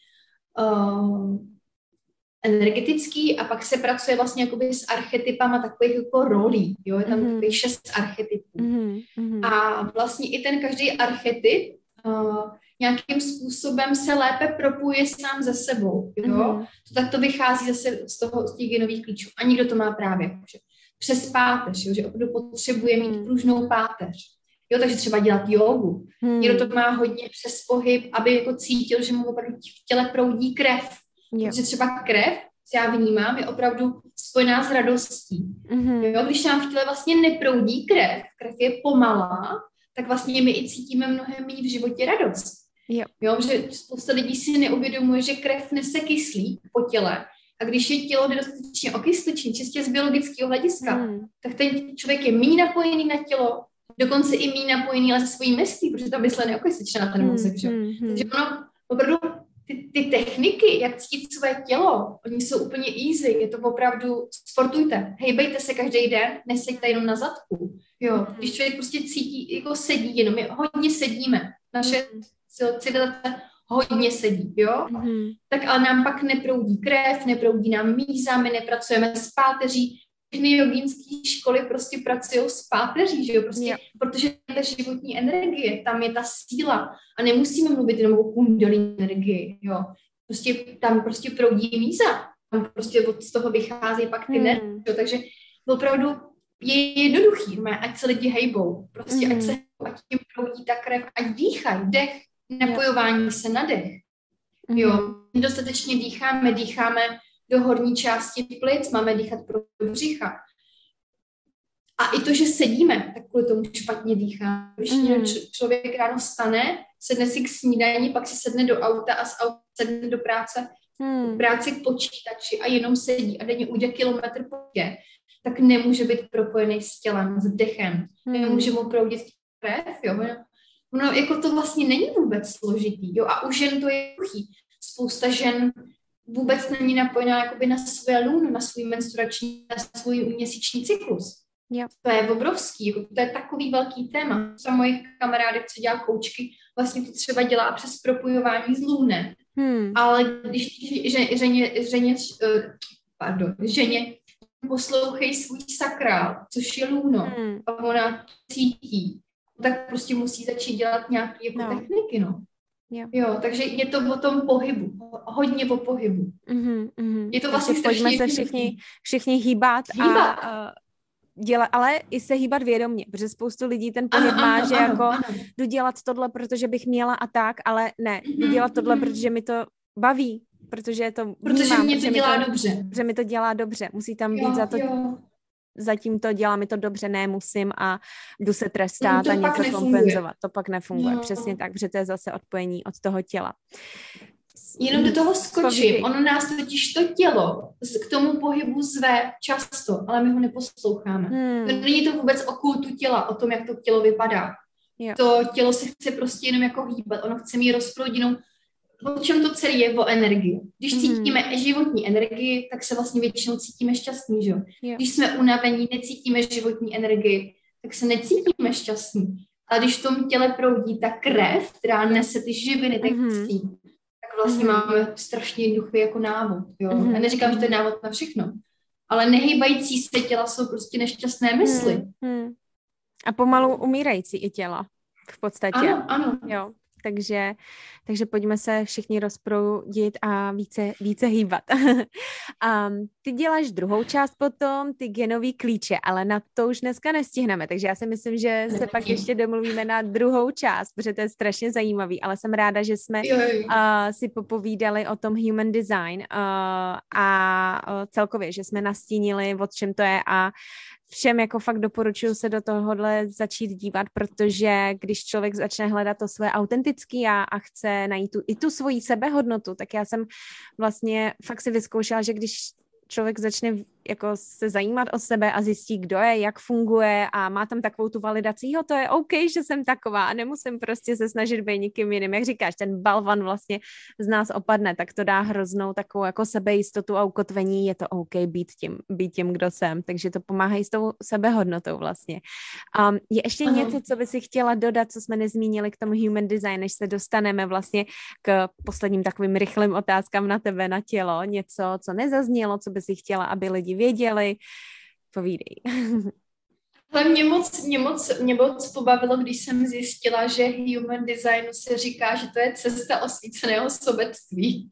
energetický a pak se pracuje vlastně jakoby s archetypama takových jako rolí, jo, je tam takových 6 archetypů. A vlastně i ten každý archetyp nějakým způsobem se lépe propuje sám ze sebou, jo. Tak to vychází zase z těch genových klíčů. A někdo to má právě že přes páteř, jo, že opravdu potřebuje mít pružnou páteř. Jo, takže třeba dělat jogu. Někdo to má hodně přes pohyb, aby jako cítil, že mu opravdu v těle proudí krev. Protože třeba krev, co já vnímám, je opravdu spojená s radostí. Jo, když nám v těle vlastně neproudí krev je pomalá, tak vlastně my i cítíme mnohem méně v životě radost. Jo, že spousta lidí si neuvědomuje, že krev nese kyslík po těle a když je tělo nedostatečně okysličené, čistě z biologického hlediska, tak ten člověk je méně napojený na tělo, dokonce i méně napojený ale ze svojí myslí, protože ta mysl neokysličená na ten mozek. Takže ono opravdu ty techniky, jak cítit své tělo, oni jsou úplně easy, je to opravdu, sportujte, hejbejte se každý den, neseďte jenom na zadku, jo, když člověk prostě cítí, jako sedí jenom, my hodně sedíme, naše civilizace hodně sedí, jo, tak ale nám pak neproudí krev, neproudí nám míza, my nepracujeme s páteří, všechny jogínské školy prostě pracují s páteří, že jo, prostě, protože ta životní energie, tam je ta síla a nemusíme mluvit jenom o kundalini energii, jo, prostě tam prostě proudí míza, tam prostě z toho vychází pak ty nervy, takže opravdu je jednoduchý, ať se lidi hejbou, prostě ať jim proudí ta krev, ať dýchají, dech, napojování se na dech, jo, dostatečně dýcháme do horní části plic, máme dýchat pro břicha. A i to, že sedíme, tak kvůli tomu špatně dýchá. Když člověk ráno vstane, sedne si k snídani, pak si sedne do auta a z auta sedne do práce, práci k počítači a jenom sedí a denně ujde kilometr po dě, tak nemůže být propojený s tělem, s dechem. Nemůže mu proudit krev, jo. No, jako to vlastně není vůbec složitý, jo. A u žen to je jednoduchý. Spousta žen vůbec není napojená jakoby na své lůno, na svůj menstruační, na svůj měsíční cyklus. To je obrovský, jako, to je takový velký téma. Za mojich kamarádek, co dělá koučky, vlastně to třeba dělá přes propojování s lůnem. Ale když ženě poslouchej svůj sakrál, což je lůno, a ona cítí, tak prostě musí začít dělat nějaké jako techniky, no. Jo, takže je to o tom pohybu, hodně o pohybu. Je to vlastně
pojďme se všichni hýbat. A dělat, ale i se hýbat vědomně, protože spoustu lidí ten pohyb má, že jako jdu dělat tohle, protože bych měla a tak, ale ne, jdu dělat tohle, protože mi to baví, protože to vnímám,
protože mě to dělá dobře.
Protože mi to dělá dobře, musí tam být zatím to dělá mi to dobře, ne musím a jdu se trestat a něco kompenzovat. To pak nefunguje, přesně tak, protože to je zase odpojení od toho těla.
Jenom do toho skočím. Ono nás totiž to tělo k tomu pohybu zve často, ale my ho neposloucháme. Není to vůbec o kultu těla, o tom, jak to tělo vypadá.
Jo.
To tělo se chce prostě jenom jako hýbat, ono chce mít rozproudit jenom. O čem to celé je? O energii. Když cítíme životní energii, tak se vlastně většinou cítíme šťastní, že? Když jsme unavení, necítíme životní energii, tak se necítíme šťastní. Ale když v tom těle proudí ta krev, která nese ty živiny, tak vlastně máme strašně jednoduchý jako návod. Jo? Já neříkám, že to je návod na všechno, ale nehýbající se těla jsou prostě nešťastné mysli.
A pomalu umírající i těla v podstatě.
Ano.
Jo. Takže pojďme se všichni rozproudit a více hýbat. Ty děláš druhou část potom, ty genový klíče, ale na to už dneska nestihneme, takže já si myslím, že se pak ještě domluvíme na druhou část, protože to je strašně zajímavý, ale jsem ráda, že jsme si popovídali o tom human design a celkově, že jsme nastínili, o čem to je a všem jako fakt doporučuji se do tohohle začít dívat, protože když člověk začne hledat to své autentický já a chce najít i tu svoji sebehodnotu, tak já jsem vlastně fakt si vyzkoušela, že když člověk začne jako se zajímat o sebe a zjistí, kdo je, jak funguje a má tam takovou tu validaci, jo, to je OK, že jsem taková a nemusím prostě se snažit být nikým jiným. Jak říkáš, ten balvan vlastně z nás opadne, tak to dá hroznou takovou jako sebejistotu a ukotvení, je to OK být tím, kdo jsem. Takže to pomáhá i s tou sebehodnotou vlastně. Je ještě něco, co by si chtěla dodat, co jsme nezmínili k tomu human design, než se dostaneme vlastně k posledním takovým rychlým otázkám na tebe, na tělo, něco, co nezaznělo, co by si chtěla, aby lidi věděli. Povídej.
Ale mě moc pobavilo, když jsem zjistila, že human designu se říká, že to je cesta osvíceného sobectví.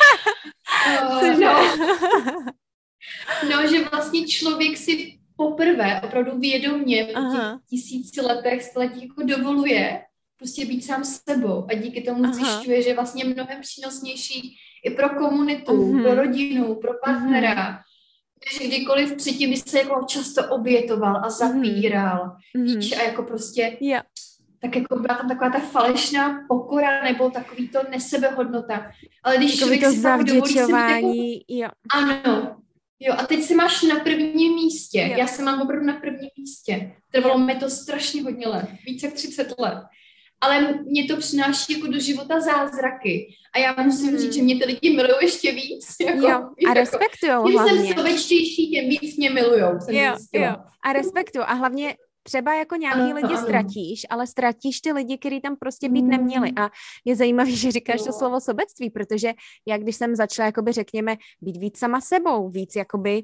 No, že vlastně člověk si poprvé opravdu vědomě po těch 1000 letech, století jako dovoluje prostě být sám sebou a díky tomu zjišťuje, že je vlastně mnohem přínosnější i pro komunitu, pro rodinu, pro partnera, že kdykoliv předtím by se jako často obětoval a zapíral, víš, a jako prostě, tak jako byla tam taková ta falešná pokora nebo takový to nesebehodnota. Ale když člověk si fakt dovolí se být jako, ano, jo, a teď se máš na prvním místě. Já se mám opravdu na prvním místě. Trvalo mi to strašně hodně let, více jak 30 let. Ale mě to přináší jako do života zázraky. A já musím říct, že mě ty lidi milují ještě víc. Jako,
a respektujou hlavně.
Tím jsem sobečtější, tím víc mě milujou.
Jo. A respektuju. A hlavně třeba jako nějaký lidi ztratíš, ale ztratíš ty lidi, kteří tam prostě být neměli. A je zajímavý, že říkáš to slovo sobectví, protože já když jsem začala, jakoby řekněme, být víc sama sebou, víc jakoby,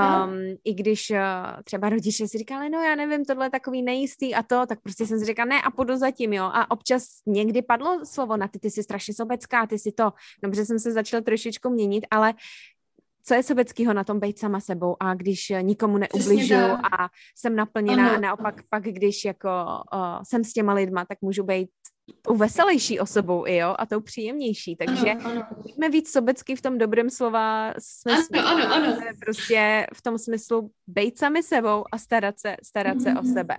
i když třeba rodiče si říkali, no já nevím, tohle je takový nejistý a to, tak prostě jsem si říkala, ne a půjdu zatím, jo. A občas někdy padlo slovo na ty jsi strašně sobecká, ty si to, no protože jsem se začala trošičku měnit, ale co je sobeckého na tom být sama sebou a když nikomu neubližuju a jsem naplněná, naopak pak, když jako jsem s těma lidma, tak můžu být tou veselější osobou, jo, a tou příjemnější, takže jsme víc sobecký v tom dobrém slova smyslu. Ano. Prostě v tom smyslu být sami sebou a starat se o sebe.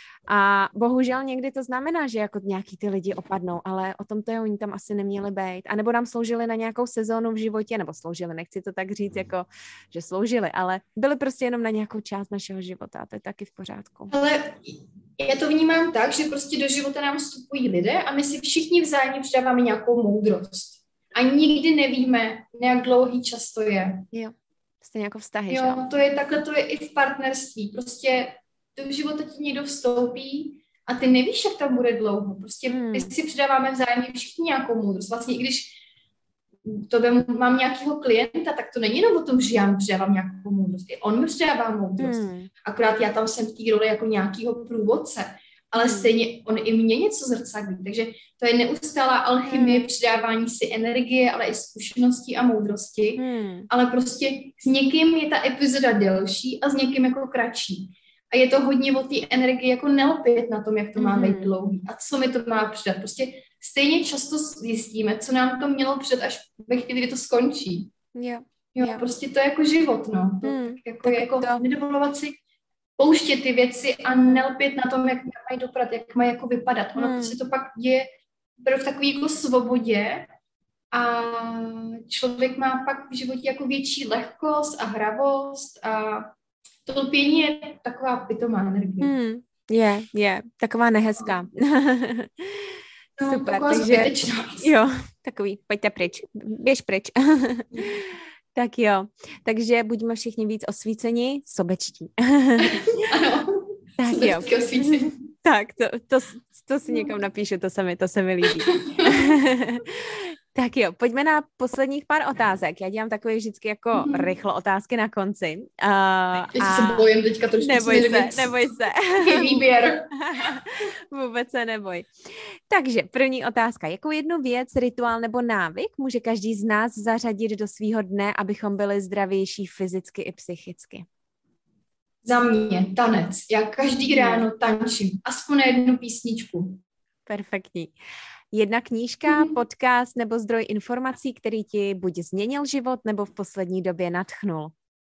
A bohužel někdy to znamená, že jako nějaký ty lidi opadnou, ale o tom to je, oni tam asi neměli být. A nebo nám sloužili na nějakou sezónu v životě, nebo sloužili, nechci to tak říct, jako, že sloužili, ale byli prostě jenom na nějakou část našeho života. To je taky v pořádku.
Ale já to vnímám tak, že prostě do života nám vstupují lidé a my si všichni vzájemně přidáváme nějakou moudrost. A nikdy nevíme, jak dlouhý čas to je.
Jo, stejně jako vztahy,
jo, to je takhle, to je i v partnerství. Prostě do života ti někdo vstoupí a ty nevíš, jak tam bude dlouho. Prostě my si přidáváme vzájemně všichni nějakou moudrost. Vlastně i když mám nějakého klienta, tak to není jenom o tom, že já mu přidávám nějakou moudrost. I on mi přidává moudrost. Akorát já tam jsem v té roli jako nějakého průvodce, ale stejně on i mě něco zrcadlí. Takže to je neustálá alchymie, přidávání si energie, ale i zkušeností a moudrosti. Ale prostě s někým je ta epizoda delší a s někým jako kratší. A je to hodně o té energii, jako nelpět na tom, jak to má být dlouhý a co mi to má přidat. Prostě stejně často zjistíme, co nám to mělo přidat až ve chvíli, kdy to skončí. Jo, prostě to je jako život, no. Tak jako nedovolovat si pouštět ty věci a nelpět na tom, jak mají dopadat, jak mají jako vypadat. Ono se to pak děje v takové jako svobodě a člověk má pak v životě jako větší lehkost a hravost a to lpění je taková pitomá energie.
Je, taková nehezká.
No,
super,
takže
jo, takový, pojďte pryč, běž pryč. Tak jo, takže buďme všichni víc osvíceni, sobečtí.
Ano,
tak jo.
Osvícení.
Tak, to si někam napíšu, to se mi líbí. Tak jo, pojďme na posledních pár otázek. Já dělám takové vždycky jako rychlo otázky na konci.
Já se bojím teďka trošku.
Neboj se.
Je výběr.
Vůbec se neboj. Takže první otázka. Jakou jednu věc, rituál nebo návyk může každý z nás zařadit do svýho dne, abychom byli zdravější fyzicky i psychicky?
Za mě tanec. Já každý ráno tančím. Aspoň na jednu písničku.
Perfektní. Jedna knížka, podcast nebo zdroj informací, který ti buď změnil život, nebo v poslední době nadchnul?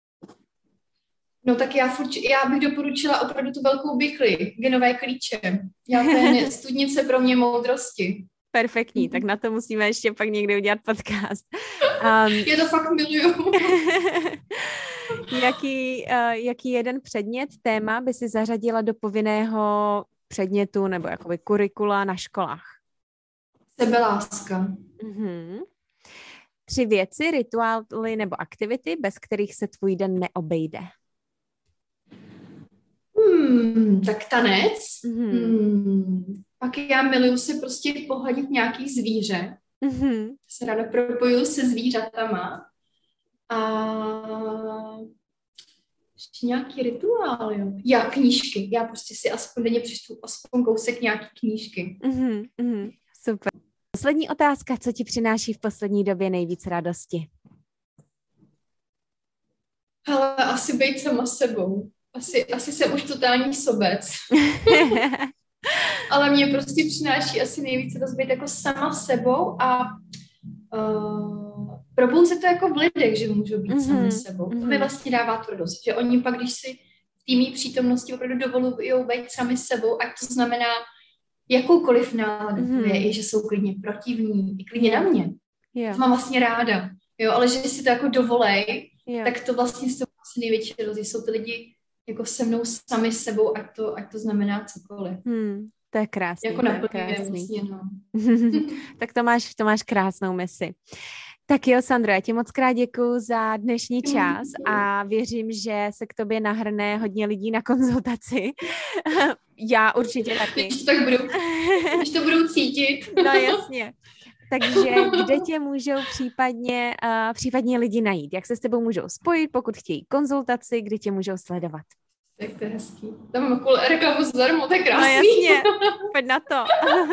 No tak já bych doporučila opravdu tu velkou bichl, Genové klíče. To je studnice pro mě moudrosti.
Perfektní, tak na to musíme ještě pak někdy udělat podcast.
Já to fakt miluju.
Jaký jeden předmět, téma by si zařadila do povinného předmětu nebo jakoby kurikula na školách?
Sebeláska.
3 věci, rituály nebo aktivity, bez kterých se tvůj den neobejde.
Tak tanec. Pak já miluju si prostě pohladit nějaký zvíře. Se ráda propojuju se zvířatama. A ještě nějaký rituál, jo. Já knížky. Já prostě si aspoň denně přečtu aspoň kousek nějaký knížky.
Super. Poslední otázka, co ti přináší v poslední době nejvíc radosti?
Ale asi být sama sebou. Asi jsem už totální sobec. Ale mě prostě přináší asi nejvíc radost být jako sama sebou a probouzet to jako v lidech, že můžou být sami sebou. To mi vlastně dává tu radost, že oni pak, když si v té mý přítomnosti opravdu dovolují být sami sebou, ať to znamená jakoukoliv náladu, i že jsou klidně protivní, i klidně na mě. To mám vlastně ráda. Jo, ale že si to jako dovolej, tak to vlastně s tou asi největší radost. Jsou ty lidi jako se mnou sami sebou, ať to znamená cokoliv.
To je krásný.
Jako naplňuje vlastně, no.
Tak to máš krásnou misi. Tak jo, Sandro, já ti moc krát děkuju za dnešní čas a věřím, že se k tobě nahrne hodně lidí na konzultaci. Já určitě taky.
Když to budou cítit.
No jasně. Takže kde tě můžou případně lidi najít? Jak se s tebou můžou spojit, pokud chtějí konzultaci, kde tě můžou sledovat?
Tak to je hezký. Tam mám reklamu zadarmo, to je krásný.
No jasně, pojď na to.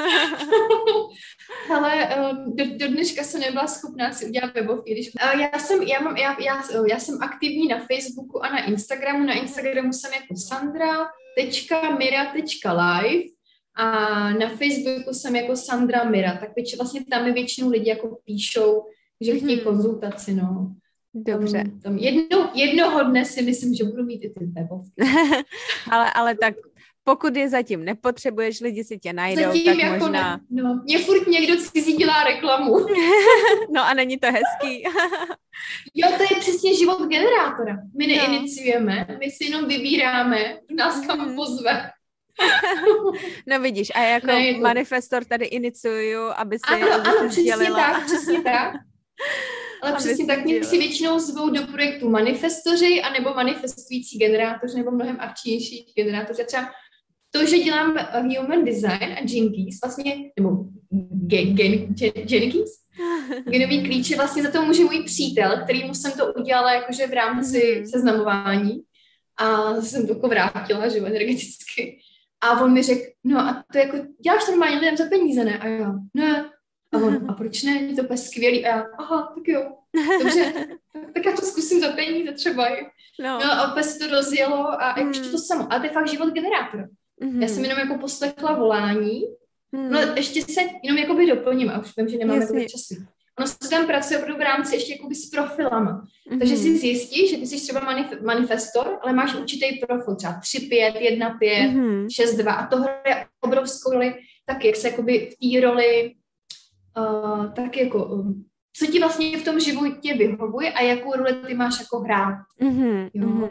Hele, do dneška jsem nebyla schopná si udělat webovky. Já jsem aktivní na Facebooku a na Instagramu. Na Instagramu jsem jako sandra.mira.live a na Facebooku jsem jako Sandra Mira. Tak vlastně tam mi většinou lidi jako píšou, že chtějí konzultaci, no.
Dobře.
Tam jednoho dne si myslím, že budu mít i ty webovky.
ale tak pokud je zatím nepotřebuješ, lidi si tě najdou,
zatím
tak
jako
možná...
No, mě furt někdo cizí dělá reklamu.
No a není to hezký.
Jo, to je přesně život generátora. My neiniciujeme, my si jenom vybíráme, nás kam pozve.
No vidíš, a jako manifestor tady iniciuju, aby si
sdělila. Přesně tak. Ale přesně tak mě si většinou zvou do projektu manifestoři anebo manifestující generátoři nebo mnohem akčnější generátoři. Třeba to, že dělám human design a Gene Keys, vlastně, nebo Gene Keys, genový klíče, vlastně za to může můj přítel, kterýmu jsem to udělala jakože v rámci seznamování a jsem to jako vrátila, že energeticky. A on mi řekl, no a to jako děláš normálně lidem za peníze, ne? A já, ne. A on, a proč ne, je to úplně skvělý. A já, aha, tak jo, dobře, tak já to zkusím za peníze třeba. No a opět se to rozjelo a jak už to samo. A to je fakt život generátora. Já jsem jenom jako poslechla volání, no ještě se jenom jakoby doplním a už vím, že nemáme tolik času. Ono se tam pracuje opravdu v rámci ještě jakoby s profilama. Takže si zjistíš, že ty jsi třeba manifestor, ale máš určitý profil, třeba 3-5, 1-5, 6-2 a to hraje obrovskou roli taky, jak se jakoby v té roli tak jako co ti vlastně v tom životě vyhovuje a jakou roli ty máš jako hrát. Jo?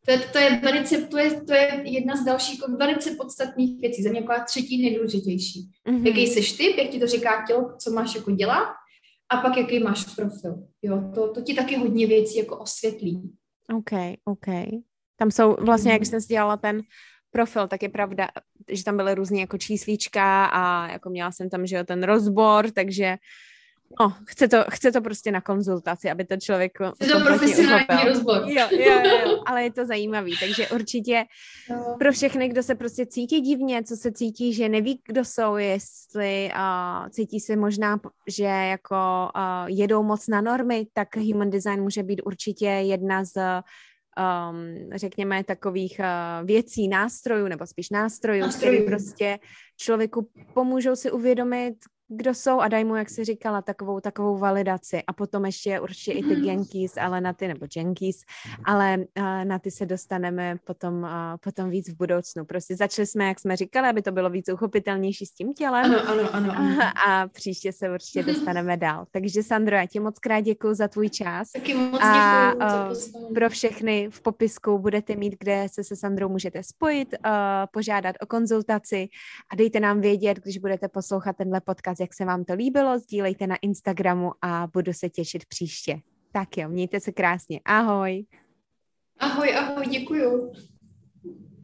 To je jedna z dalších jako velice podstatných věcí, za mě jako třetí nejdůležitější. Jaký seš typ, jak ti to říká tělo, co máš jako dělat, a pak jaký máš profil. Jo? To ti taky hodně věcí jako osvětlí.
OK. Tam jsou vlastně, jak jsem si dělala ten profil, tak je pravda, že tam byly různý jako číslíčka a jako měla jsem tam, že jo, ten rozbor, takže no, chce to prostě na konzultaci, aby to člověk
je to profesionální rozbor.
Jo, ale je to zajímavý, takže určitě pro všechny, kdo se prostě cítí divně, co se cítí, že neví, kdo jsou, jestli cítí se možná, že jako jedou moc na normy, tak human design může být určitě jedna z řekněme takových věcí, nástrojů, nebo spíš nástrojů, které prostě člověku pomůžou si uvědomit, kdo jsou a daj mu, jak jsi říkala, takovou validaci. A potom ještě určitě i ty Genkies, ale na ty, nebo Genkies, ale na ty se dostaneme potom víc v budoucnu. Prostě začali jsme, jak jsme říkali, aby to bylo víc uchopitelnější s tím tělem.
Ano.
A příště se určitě dostaneme dál. Takže Sandro, já ti moc krát děkuju za tvůj čas.
Taky moc děkuju.
Pro všechny v popisku budete mít, kde se Sandrou můžete spojit, požádat o konzultaci a dejte nám vědět, když budete poslouchat tenhle podcast, jak se vám to líbilo, sdílejte na Instagramu a budu se těšit příště. Tak jo, mějte se krásně. Ahoj.
Ahoj, děkuju.